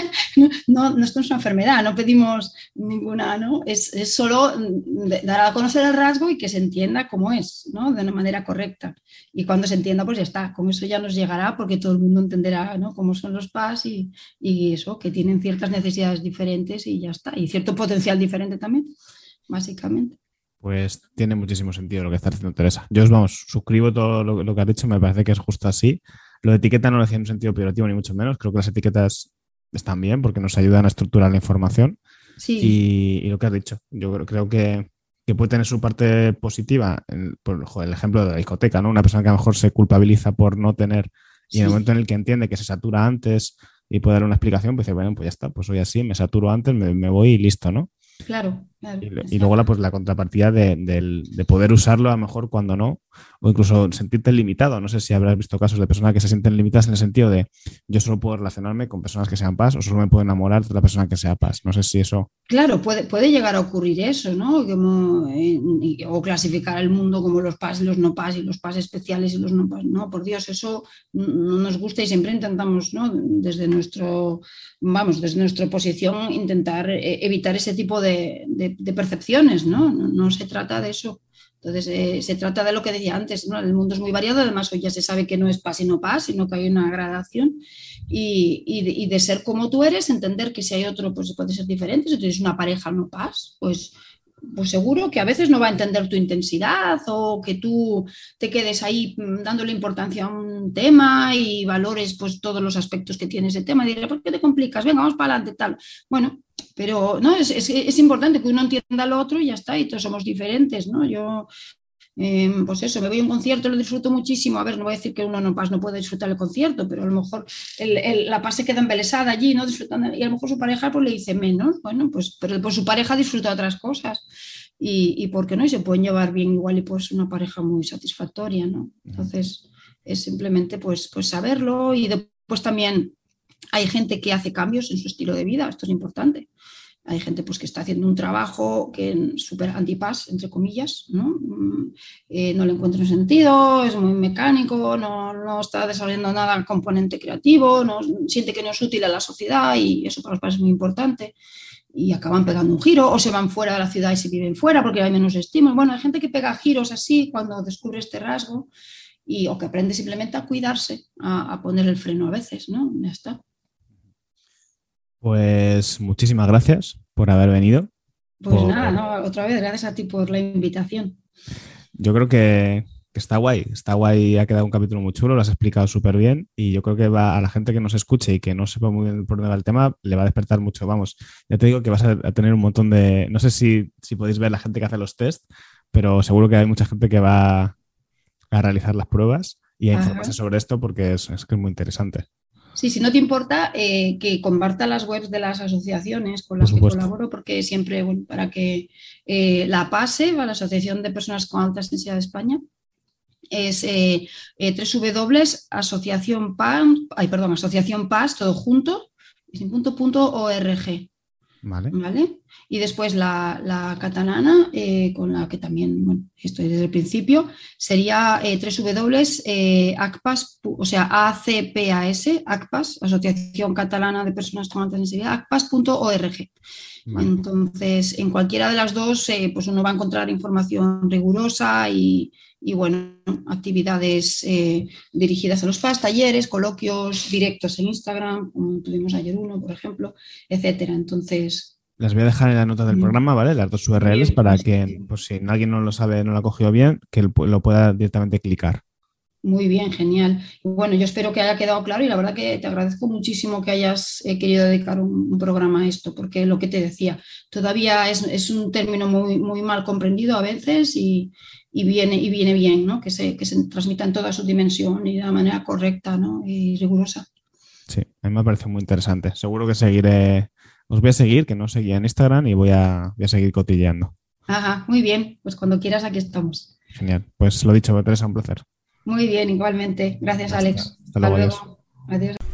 No, esto es una enfermedad, no pedimos ninguna, ¿no? Es solo dar a conocer el rasgo y que se entienda cómo es, ¿no? De una manera correcta. Y cuando se entienda, pues ya está. Con eso ya nos llegará porque todo el mundo entenderá, ¿no? Cómo son los PAS y eso, que tienen ciertas necesidades diferentes y ya está. Y cierto potencial diferente también, básicamente. Pues tiene muchísimo sentido lo que está diciendo Teresa. Yo suscribo todo lo que has dicho, me parece que es justo así. Lo de etiqueta no lo decía en un sentido peyorativo ni mucho menos. Creo que las etiquetas están bien porque nos ayudan a estructurar la información. Sí. Y lo que has dicho, yo creo que que puede tener su parte positiva, el ejemplo de la discoteca, ¿no? Una persona que a lo mejor se culpabiliza por no tener, y en el momento en el que entiende que se satura antes y puede dar una explicación, pues dice, bueno, pues ya está, pues soy así, me saturo antes, me voy y listo, ¿no? Claro. Y luego la contrapartida de poder usarlo a lo mejor cuando no, o incluso sentirte limitado. No sé si habrás visto casos de personas que se sienten limitadas en el sentido de yo solo puedo relacionarme con personas que sean paz o solo me puedo enamorar de la persona que sea paz. No sé si eso... Claro, puede llegar a ocurrir eso, ¿no? O clasificar el mundo como los PAS y los no PAS y los PAS especiales y los no PAS. No, por Dios, eso no nos gusta y siempre intentamos, ¿no? Desde nuestra posición intentar evitar ese tipo de percepciones, ¿no? No se trata de eso. Entonces, se trata de lo que decía antes, ¿no? El mundo es muy variado, además hoy ya se sabe que no es PAS y no PAS, sino que hay una gradación y de ser como tú eres, entender que si hay otro, pues puede ser diferente. Si tienes una pareja no PAS, pues seguro que a veces no va a entender tu intensidad o que tú te quedes ahí dándole importancia a un tema y valores pues todos los aspectos que tiene ese tema y diré, ¿por qué te complicas? Venga, vamos para adelante, tal. Bueno, pero no, es importante que uno entienda lo otro y ya está, y todos somos diferentes, ¿no? Yo pues eso, me voy a un concierto, lo disfruto muchísimo. A ver, no voy a decir que uno no puede disfrutar el concierto, pero a lo mejor la paz se queda embelesada allí, ¿no? Disfrutando, y a lo mejor su pareja pues le dice menos. Bueno, pero pues su pareja disfruta otras cosas. Y ¿por qué no? Y se pueden llevar bien igual y pues una pareja muy satisfactoria, ¿no? Entonces, es simplemente pues saberlo y después también hay gente que hace cambios en su estilo de vida, esto es importante. Hay gente pues, que está haciendo un trabajo que es súper antipaz, entre comillas, ¿no? No le encuentra un sentido, es muy mecánico, no está desarrollando nada el componente creativo, no, siente que no es útil a la sociedad y eso para los padres es muy importante. Y acaban pegando un giro o se van fuera de la ciudad y se viven fuera porque hay menos estímulos. Bueno, hay gente que pega giros así cuando descubre este rasgo o que aprende simplemente a cuidarse, a poner el freno a veces, ¿no? Ya está. Pues muchísimas gracias por haber venido. Pues nada, no, otra vez, gracias a ti por la invitación. Yo creo que está guay, ha quedado un capítulo muy chulo, lo has explicado súper bien y yo creo que va a la gente que nos escuche y que no sepa muy bien por dónde va el tema, le va a despertar mucho. Vamos, ya te digo que vas a tener un montón de... No sé si podéis ver la gente que hace los test, pero seguro que hay mucha gente que va a realizar las pruebas y a informarse sobre esto porque es que es muy interesante. Sí, si no te importa, que comparta las webs de las asociaciones con las que colaboro, porque siempre, bueno, para que la PASE, la Asociación de Personas con Alta Sensibilidad de España, es asociacionpaz, todo junto, sin .org. Vale. Y después la catalana, con la que también estoy desde el principio, sería www.acpas, o sea, ACPAS, Asociación Catalana de Personas con Alta Sensibilidad, acpas.org. Vale. Entonces, en cualquiera de las dos, pues uno va a encontrar información rigurosa y bueno, actividades dirigidas a los PAS, talleres, coloquios directos en Instagram, como tuvimos ayer uno, por ejemplo, etcétera. Entonces... Las voy a dejar en la nota del programa, ¿vale? Las dos URLs para que, pues si alguien no lo sabe, no lo ha cogido bien, que lo pueda directamente clicar. Muy bien, genial. Bueno, yo espero que haya quedado claro y la verdad que te agradezco muchísimo que hayas querido dedicar un programa a esto, porque lo que te decía, todavía es un término muy, muy mal comprendido a veces y viene bien, ¿no? Que se transmita en toda su dimensión y de la manera correcta, ¿no? Y rigurosa. Sí, a mí me parece muy interesante. Seguro que seguiré, os voy a seguir, que no seguía en Instagram y voy a seguir cotilleando. Ajá, muy bien, pues cuando quieras aquí estamos. Genial, pues lo dicho, Teresa, un placer. Muy bien, igualmente. Gracias, Alex. Hasta luego. Adiós. Adiós.